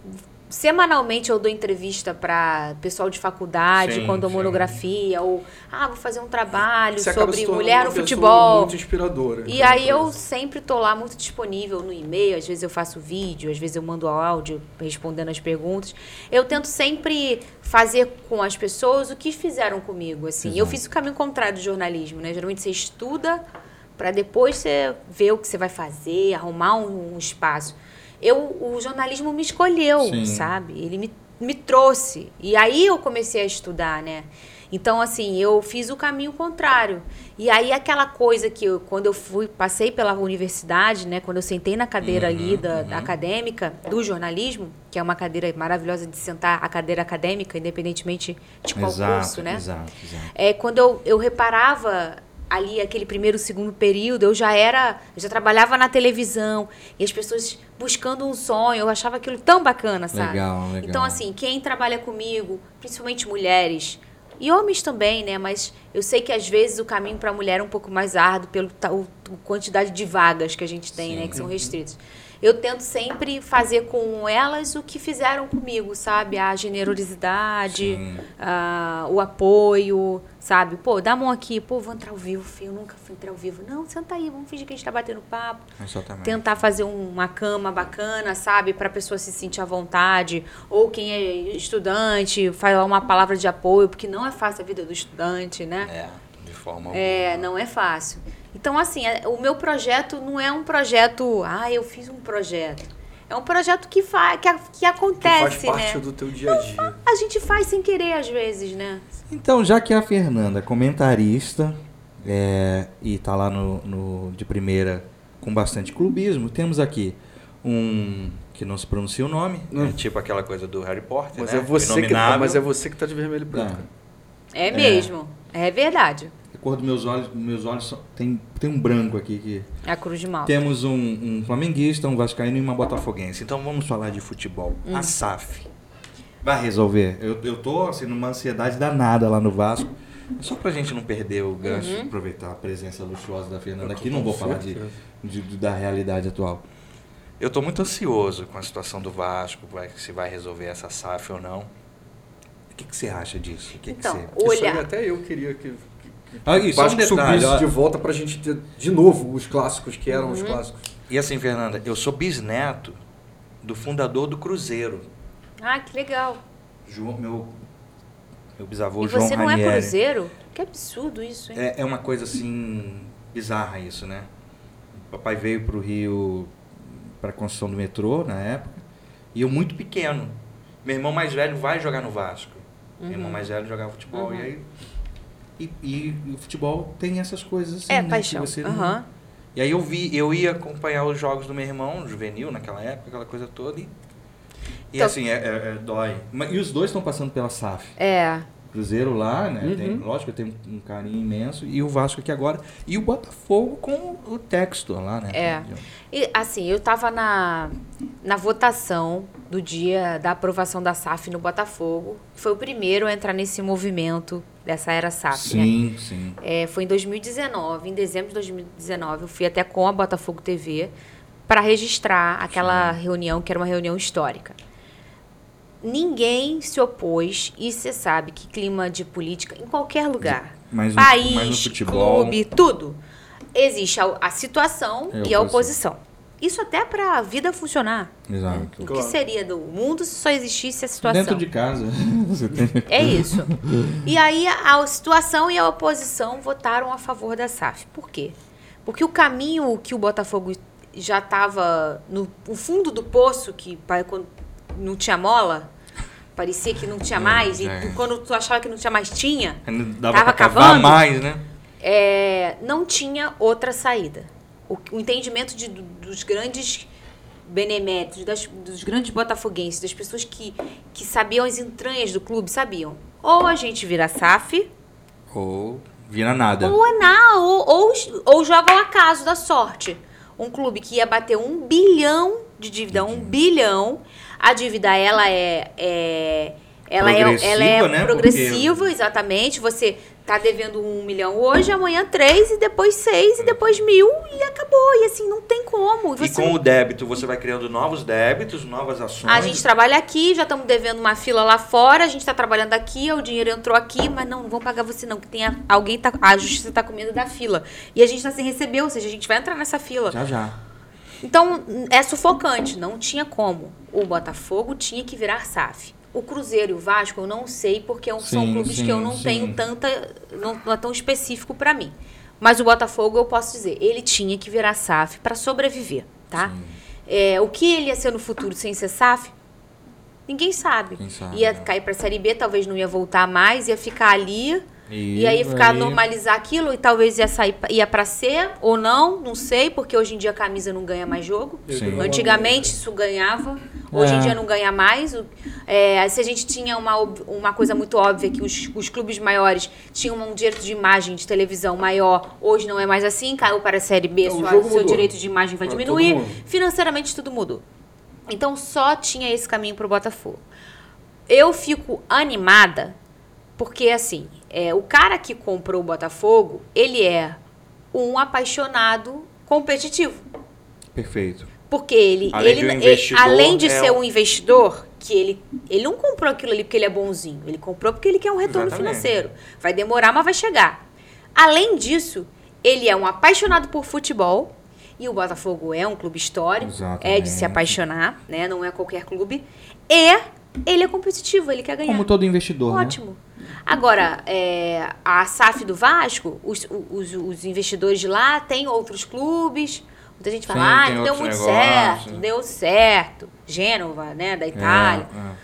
semanalmente eu dou entrevista para pessoal de faculdade, quando dou monografia, ou vou fazer um trabalho sobre mulher no futebol. Muito inspiradora. E aí eu sempre tô lá muito disponível no e-mail, às vezes eu faço vídeo, às vezes eu mando áudio respondendo as perguntas. Eu tento sempre fazer com as pessoas o que fizeram comigo, assim. Eu fiz o caminho contrário do jornalismo, né? Geralmente você estuda para depois você ver o que você vai fazer, arrumar um espaço. O jornalismo me escolheu, sabe? Ele me trouxe. E aí eu comecei a estudar, né? Então, assim, eu fiz o caminho contrário. E aí aquela coisa que quando eu passei pela universidade, né? Quando eu sentei na cadeira ali da acadêmica, do jornalismo, que é uma cadeira maravilhosa de sentar, a cadeira acadêmica, independentemente de qual curso, né? Exato. Quando eu reparava ali, aquele primeiro, segundo período, eu já trabalhava na televisão, e as pessoas buscando um sonho, eu achava aquilo tão bacana, sabe? Legal. Então, assim, quem trabalha comigo, principalmente mulheres, e homens também, né? Mas eu sei que às vezes o caminho para a mulher é um pouco mais árduo pela quantidade de vagas que a gente tem, né? Que são restritas. Eu tento sempre fazer com elas o que fizeram comigo, sabe? A generosidade, o apoio, sabe? Pô, dá a mão aqui. Pô, vou entrar ao vivo, filho. Eu nunca fui entrar ao vivo. Não, senta aí, vamos fingir que a gente tá batendo papo. Exatamente. Tentar fazer uma cama bacana, sabe? Pra pessoa se sentir à vontade. Ou quem é estudante, falar uma palavra de apoio, porque não é fácil a vida do estudante, né? De forma não é fácil. Então, assim, o meu projeto não é um projeto... eu fiz um projeto. É um projeto que acontece, que faz parte do teu dia a dia. A gente faz sem querer, às vezes, né? Então, já que a Fernanda é comentarista e tá lá de primeira com bastante clubismo, temos aqui um que não se pronuncia o nome, tipo aquela coisa do Harry Potter, mas né? Mas é você que tá de vermelho e branco. É mesmo. É verdade. A cor dos meus olhos tem um branco aqui. Que é a Cruz de Malta. Temos um flamenguista, um vascaíno e uma botafoguense. Então vamos falar de futebol. A SAF vai resolver. Eu tô assim, numa ansiedade danada lá no Vasco. Só pra gente não perder o gancho, aproveitar a presença luxuosa da Fernanda aqui, não vou falar da realidade atual. Eu tô muito ansioso com a situação do Vasco, se vai resolver essa SAF ou não. O que você acha disso? Olha... Até eu queria que isso, Vasco subisse de volta pra gente ter de novo os clássicos que eram os clássicos. E assim, Fernanda, eu sou bisneto do fundador do Cruzeiro. Que legal. Meu bisavô João Ranieri. E você não é cruzeiro? Que absurdo isso, hein? É uma coisa assim, bizarra isso, né? O papai veio pro Rio pra construção do metrô na época, e eu muito pequeno. Meu irmão mais velho vai jogar no Vasco. Meu irmão mais velho jogava futebol, e aí... E o futebol tem essas coisas assim, né? Paixão. E aí eu ia acompanhar os jogos do meu irmão, juvenil, naquela época, aquela coisa toda. E então, assim, dói. E os dois estão passando pela SAF. Cruzeiro lá, né? Lógico, tem um carinho imenso. E o Vasco aqui agora. E o Botafogo com o Textor lá, né? E assim, eu tava na votação do dia da aprovação da SAF no Botafogo. Foi o primeiro a entrar nesse movimento dessa era SAF, sim, né? Sim. Foi em 2019, em dezembro de 2019, eu fui até com a Botafogo TV para registrar aquela reunião, que era uma reunião histórica. Ninguém se opôs, e você sabe que clima de política, em qualquer lugar, país, mas no futebol, clube, tudo, existe a situação e a oposição. Isso até para a vida funcionar. Exato. Né? O que seria do mundo se só existisse a situação? Dentro de casa. É isso. E aí a situação e a oposição votaram a favor da SAF. Por quê? Porque o caminho que o Botafogo já estava no fundo do poço, que quando não tinha mola, parecia que não tinha mais, e quando tu achava que não tinha mais, tinha. Dava pra cavar mais, né? Não tinha outra saída. O entendimento dos grandes beneméritos, dos grandes botafoguenses, das pessoas que sabiam as entranhas do clube, sabiam. Ou a gente vira SAF, ou vira nada. Ou joga ao acaso da sorte. Um clube que ia bater 1 bilhão de dívida, 1 bilhão. A dívida, ela é Ela é né? progressiva, Porque... exatamente. Você tá devendo 1 milhão hoje, amanhã 3, e depois 6, e depois 1.000, e acabou. E assim, não tem como. E com o débito, você vai criando novos débitos, novas ações. A gente trabalha aqui, já estamos devendo uma fila lá fora, a gente está trabalhando aqui, o dinheiro entrou aqui, mas não vão pagar você não, que tem a justiça está com medo da fila. E a gente está sem receber, ou seja, a gente vai entrar nessa fila. Já. Então, é sufocante, não tinha como. O Botafogo tinha que virar SAF. O Cruzeiro e o Vasco, eu não sei, porque são clubes que eu não tenho tanta... Não é tão específico para mim. Mas o Botafogo, eu posso dizer, ele tinha que virar SAF para sobreviver, tá? O que ele ia ser no futuro sem ser SAF? Ninguém sabe. Ia cair para a Série B, talvez não ia voltar mais, ia ficar ali... E aí normalizar aquilo e talvez ia para C ou não sei, porque hoje em dia a camisa não ganha mais jogo. Sim. Antigamente isso ganhava, hoje em dia não ganha mais. Se a gente tinha uma coisa muito óbvia, que os clubes maiores tinham um direito de imagem de televisão maior, hoje não é mais assim, caiu para a Série B, seu direito de imagem vai diminuir, financeiramente tudo mudou. Então só tinha esse caminho para o Botafogo. Eu fico animada, porque assim... o cara que comprou o Botafogo, ele é um apaixonado competitivo. Perfeito. Porque ele além de ser um investidor, que ele não comprou aquilo ali porque ele é bonzinho. Ele comprou porque ele quer um retorno financeiro. Vai demorar, mas vai chegar. Além disso, ele é um apaixonado por futebol. E o Botafogo é um clube histórico. É de se apaixonar, né? Não é qualquer clube. E ele é competitivo, ele quer ganhar. Como todo investidor, ótimo. Né? Agora, a SAF do Vasco, os investidores de lá têm outros clubes. Muita gente fala, não deu muito certo, deu certo. Gênova, né, da Itália.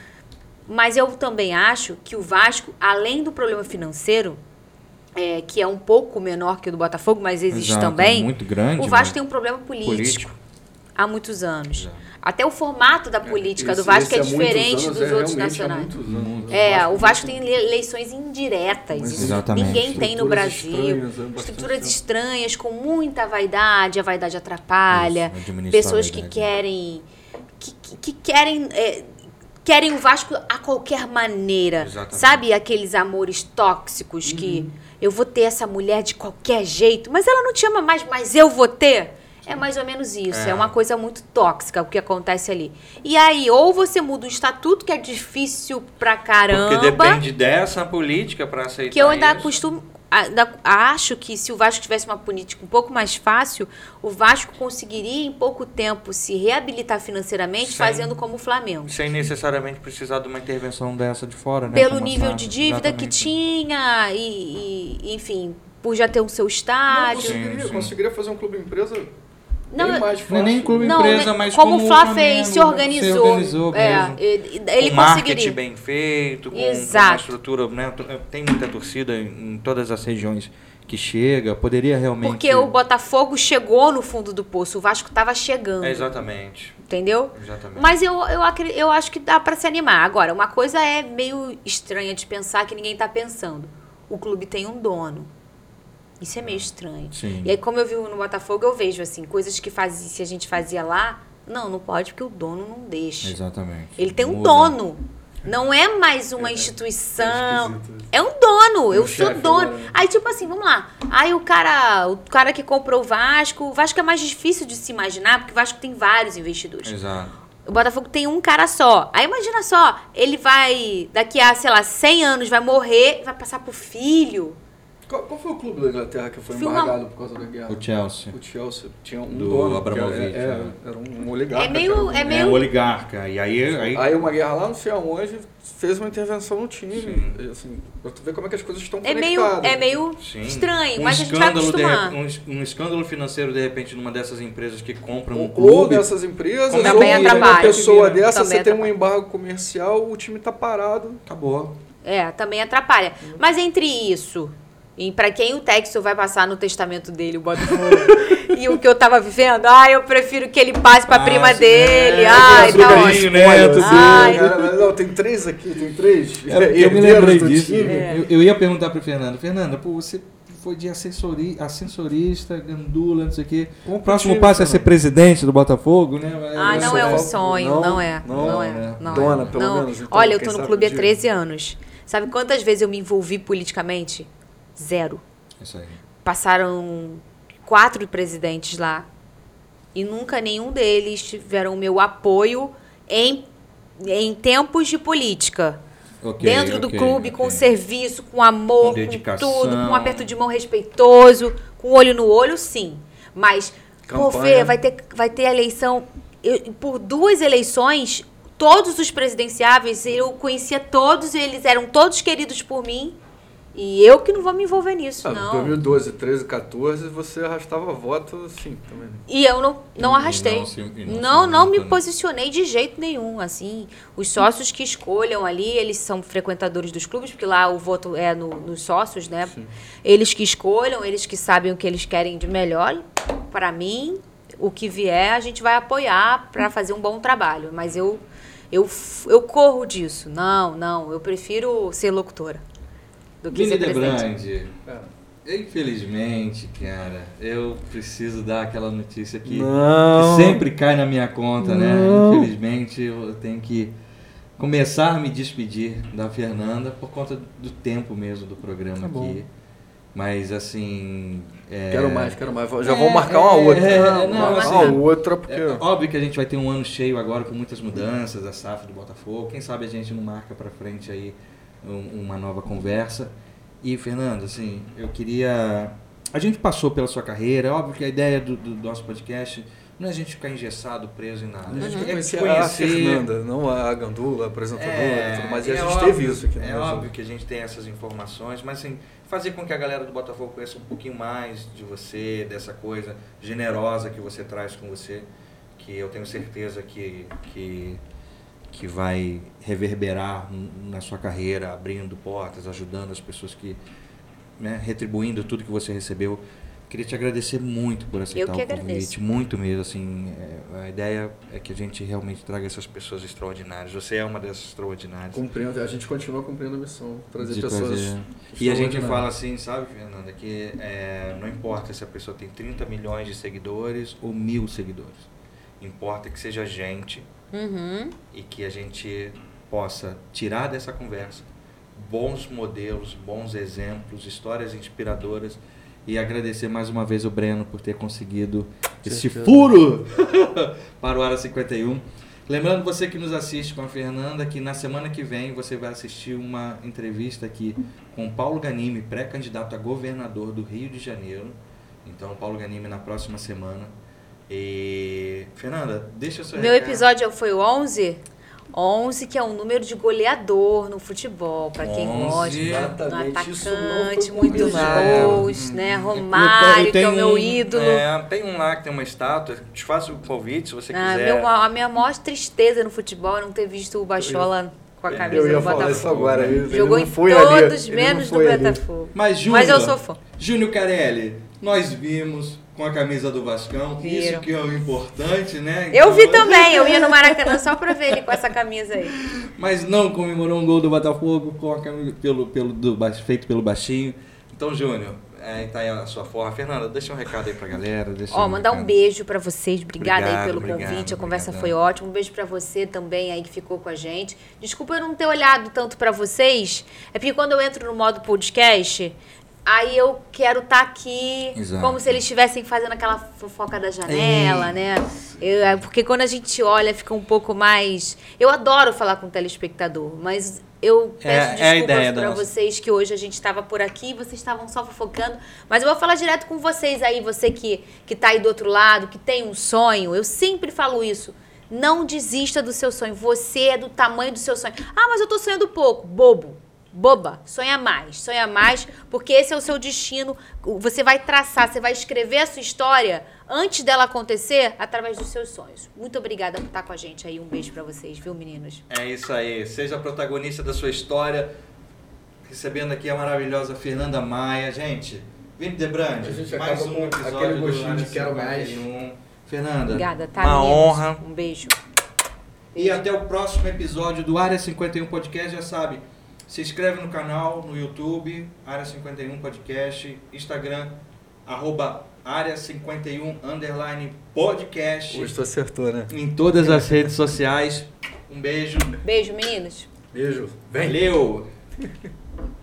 Mas eu também acho que o Vasco, além do problema financeiro, que é um pouco menor que o do Botafogo, mas existe também, muito grande, o Vasco tem um problema político há muitos anos. Até o formato da política do Vasco é diferente dos outros nacionais. O Vasco tem eleições indiretas. Exatamente. Ninguém tem no Brasil. Estruturas estranhas, com muita vaidade. A vaidade atrapalha. Pessoas que querem... querem o Vasco a qualquer maneira. Exatamente. Sabe aqueles amores tóxicos que eu vou ter essa mulher de qualquer jeito, mas ela não te ama mais, mas eu vou ter? É mais ou menos isso. É uma coisa muito tóxica o que acontece ali. E aí, ou você muda o estatuto, que é difícil pra caramba. Porque depende dessa política pra aceitar que eu ainda isso. Acho que se o Vasco tivesse uma política um pouco mais fácil, o Vasco conseguiria em pouco tempo se reabilitar financeiramente, fazendo como o Flamengo. Sem necessariamente precisar de uma intervenção dessa de fora, né? Pelo nível de dívida que tinha enfim, por já ter o seu estádio. Conseguiria fazer um clube empresa... Não é nem clube empresa, mas como o Flá fez, se organizou ele com marketing bem feito, com uma estrutura, né? Tem muita torcida em todas as regiões que chega, poderia realmente... Porque o Botafogo chegou no fundo do poço, o Vasco estava chegando. Exatamente. Entendeu? Exatamente. Mas eu acho que dá para se animar. Agora, uma coisa é meio estranha de pensar que ninguém está pensando. O clube tem um dono. Isso é meio estranho. Sim. E aí, como eu vi no Botafogo, eu vejo, assim, coisas que se a gente fazia lá, não pode, porque o dono não deixa. Exatamente. Ele tem um dono. Não é mais uma instituição. É um dono. Eu sou dono. Agora. Aí, tipo assim, vamos lá. Aí o cara que comprou o Vasco é mais difícil de se imaginar, porque o Vasco tem vários investidores. Exato. O Botafogo tem um cara só. Aí imagina só, ele vai, daqui a, 100 anos, vai morrer e vai passar pro filho. Qual foi o clube da Inglaterra que foi embargado por causa da guerra? O Chelsea. O Chelsea tinha um do dono. Abramovich. Era um oligarca. É meio... um oligarca. E aí uma guerra lá, não sei aonde, fez uma intervenção no time. Assim, pra tu ver como é que as coisas estão conectadas. É meio estranho, mas a gente vai acostumar. Um escândalo financeiro, de repente, numa dessas empresas que compram um clube. Ou dessas empresas, também ou uma pessoa dessa, você tem um embargo comercial, o time tá parado. Acabou. Também atrapalha. Mas entre isso... E pra quem o Texel vai passar no testamento dele, o Botafogo, e o que eu tava vivendo, eu prefiro que ele passe pra prima dele. Não, tem 3 aqui, tem 3. Eu me lembrei disso. Eu ia perguntar pro Fernando, pô, você foi de ascensorista, gandula, não sei o quê. O próximo time, passo é ser presidente do Botafogo, né? Não é um sonho, não é. Dona, pelo menos. Então, olha, eu tô no clube há 13 anos. Sabe quantas vezes eu me envolvi politicamente? 0. Isso aí. Passaram 4 presidentes lá e nunca nenhum deles tiveram o meu apoio em tempos de política. Dentro do clube, com serviço, com amor, com tudo, com um aperto de mão respeitoso, com olho no olho, sim. Mas, pô, Fê, vai ter eleição. Por 2 eleições, todos os presidenciáveis, eu conhecia todos, eles eram todos queridos por mim. E eu que não vou me envolver nisso, não. 2012, 13, 14, você arrastava voto, sim, também. E eu não arrastei. Não me posicionei de jeito nenhum, assim. Os sócios que escolham ali, eles são frequentadores dos clubes, porque lá o voto é nos sócios, né? Sim. Eles que escolham, eles que sabem o que eles querem de melhor. Para mim, o que vier, a gente vai apoiar para fazer um bom trabalho. Mas eu corro disso. Não, eu prefiro ser locutora. Vini Debrandi, infelizmente, cara, eu preciso dar aquela notícia que sempre cai na minha conta, né? Infelizmente, eu tenho que começar a me despedir da Fernanda por conta do tempo mesmo do programa aqui. Mas, assim... Quero mais. Já vou marcar uma outra. Uma outra, porque... óbvio que a gente vai ter um ano cheio agora com muitas mudanças da SAF do Botafogo. Quem sabe a gente não marca pra frente aí uma nova conversa. E, Fernando, assim, eu queria... A gente passou pela sua carreira, é óbvio que a ideia do nosso podcast não é a gente ficar engessado, preso em nada. A gente conhecer a Fernanda, não a Gandula, a apresentadora, tudo mais. E a gente teve isso aqui. É óbvio que a gente tem essas informações, mas assim, fazer com que a galera do Botafogo conheça um pouquinho mais de você, dessa coisa generosa que você traz com você, que eu tenho certeza que vai reverberar na sua carreira, abrindo portas, ajudando as pessoas que, né, retribuindo tudo que você recebeu. Queria te agradecer muito por aceitar o convite, muito mesmo, assim, a ideia é que a gente realmente traga essas pessoas extraordinárias. Você é uma dessas extraordinárias. Cumprindo, a gente continua cumprindo a missão, trazer pessoas. E a gente fala assim, sabe, Fernanda, que não importa se a pessoa tem 30 milhões de seguidores ou 1000 seguidores, importa que seja gente. E que a gente possa tirar dessa conversa bons modelos, bons exemplos, histórias inspiradoras, e agradecer mais uma vez o Breno por ter conseguido esse furo para o Área 51. Lembrando você que nos assiste com a Fernanda, que na semana que vem você vai assistir uma entrevista aqui com o Paulo Ganimi, pré-candidato a governador do Rio de Janeiro. Então, o Paulo Ganimi na próxima semana. E, Fernanda, deixa o seu Meu episódio foi o 11? 11, que é um número de goleador no futebol, para quem gosta, no atacante, muitos gols, né? Romário, que é o meu ídolo. Tem um lá que tem uma estátua, te faço o convite se você quiser. A minha maior tristeza no futebol é não ter visto o Bachola com a camisa do Botafogo. Isso agora, jogou em todos, menos no Botafogo. Mas eu sou fã. Júnior Carelli, nós vimos com a camisa do Vascão, isso que é o importante, né? Então, eu vi também, eu ia no Maracanã só pra ver ele com essa camisa aí. Mas não comemorou um gol do Botafogo com a camisa feito pelo baixinho. Então, Júnior, tá aí a sua forma. Fernanda, deixa um recado aí pra galera. Mandar um beijo pra vocês, obrigada aí pelo convite, a conversa foi ótima. Um beijo pra você também aí que ficou com a gente. Desculpa eu não ter olhado tanto pra vocês, é porque quando eu entro no modo podcast... Aí eu quero estar aqui, como se eles estivessem fazendo aquela fofoca da janela, né? Porque quando a gente olha, fica um pouco mais... Eu adoro falar com o telespectador, mas eu peço desculpas para vocês que hoje a gente estava por aqui, vocês estavam só fofocando. Mas eu vou falar direto com vocês aí, você que tá aí do outro lado, que tem um sonho. Eu sempre falo isso. Não desista do seu sonho. Você é do tamanho do seu sonho. Ah, mas eu tô sonhando pouco. Boba, sonha mais, porque esse é o seu destino. Você vai traçar, você vai escrever a sua história antes dela acontecer através dos seus sonhos. Muito obrigada por estar com a gente aí. Um beijo pra vocês, viu, meninos? É isso aí. Seja a protagonista da sua história. Recebendo aqui a maravilhosa Fernanda Maia. Gente, Vini Debrandi, mais um episódio aquele gostinho de Quero Mais. Fernanda, obrigada, tá? Uma honra. Um beijo. E até o próximo episódio do Área 51 Podcast, já sabe. Se inscreve no canal, no YouTube, Área 51 Podcast, Instagram, @área51_podcast. Hoje tu acertou, né? Em todas as redes sociais. Um beijo. Beijo, meninos. Beijo. Vem. Valeu!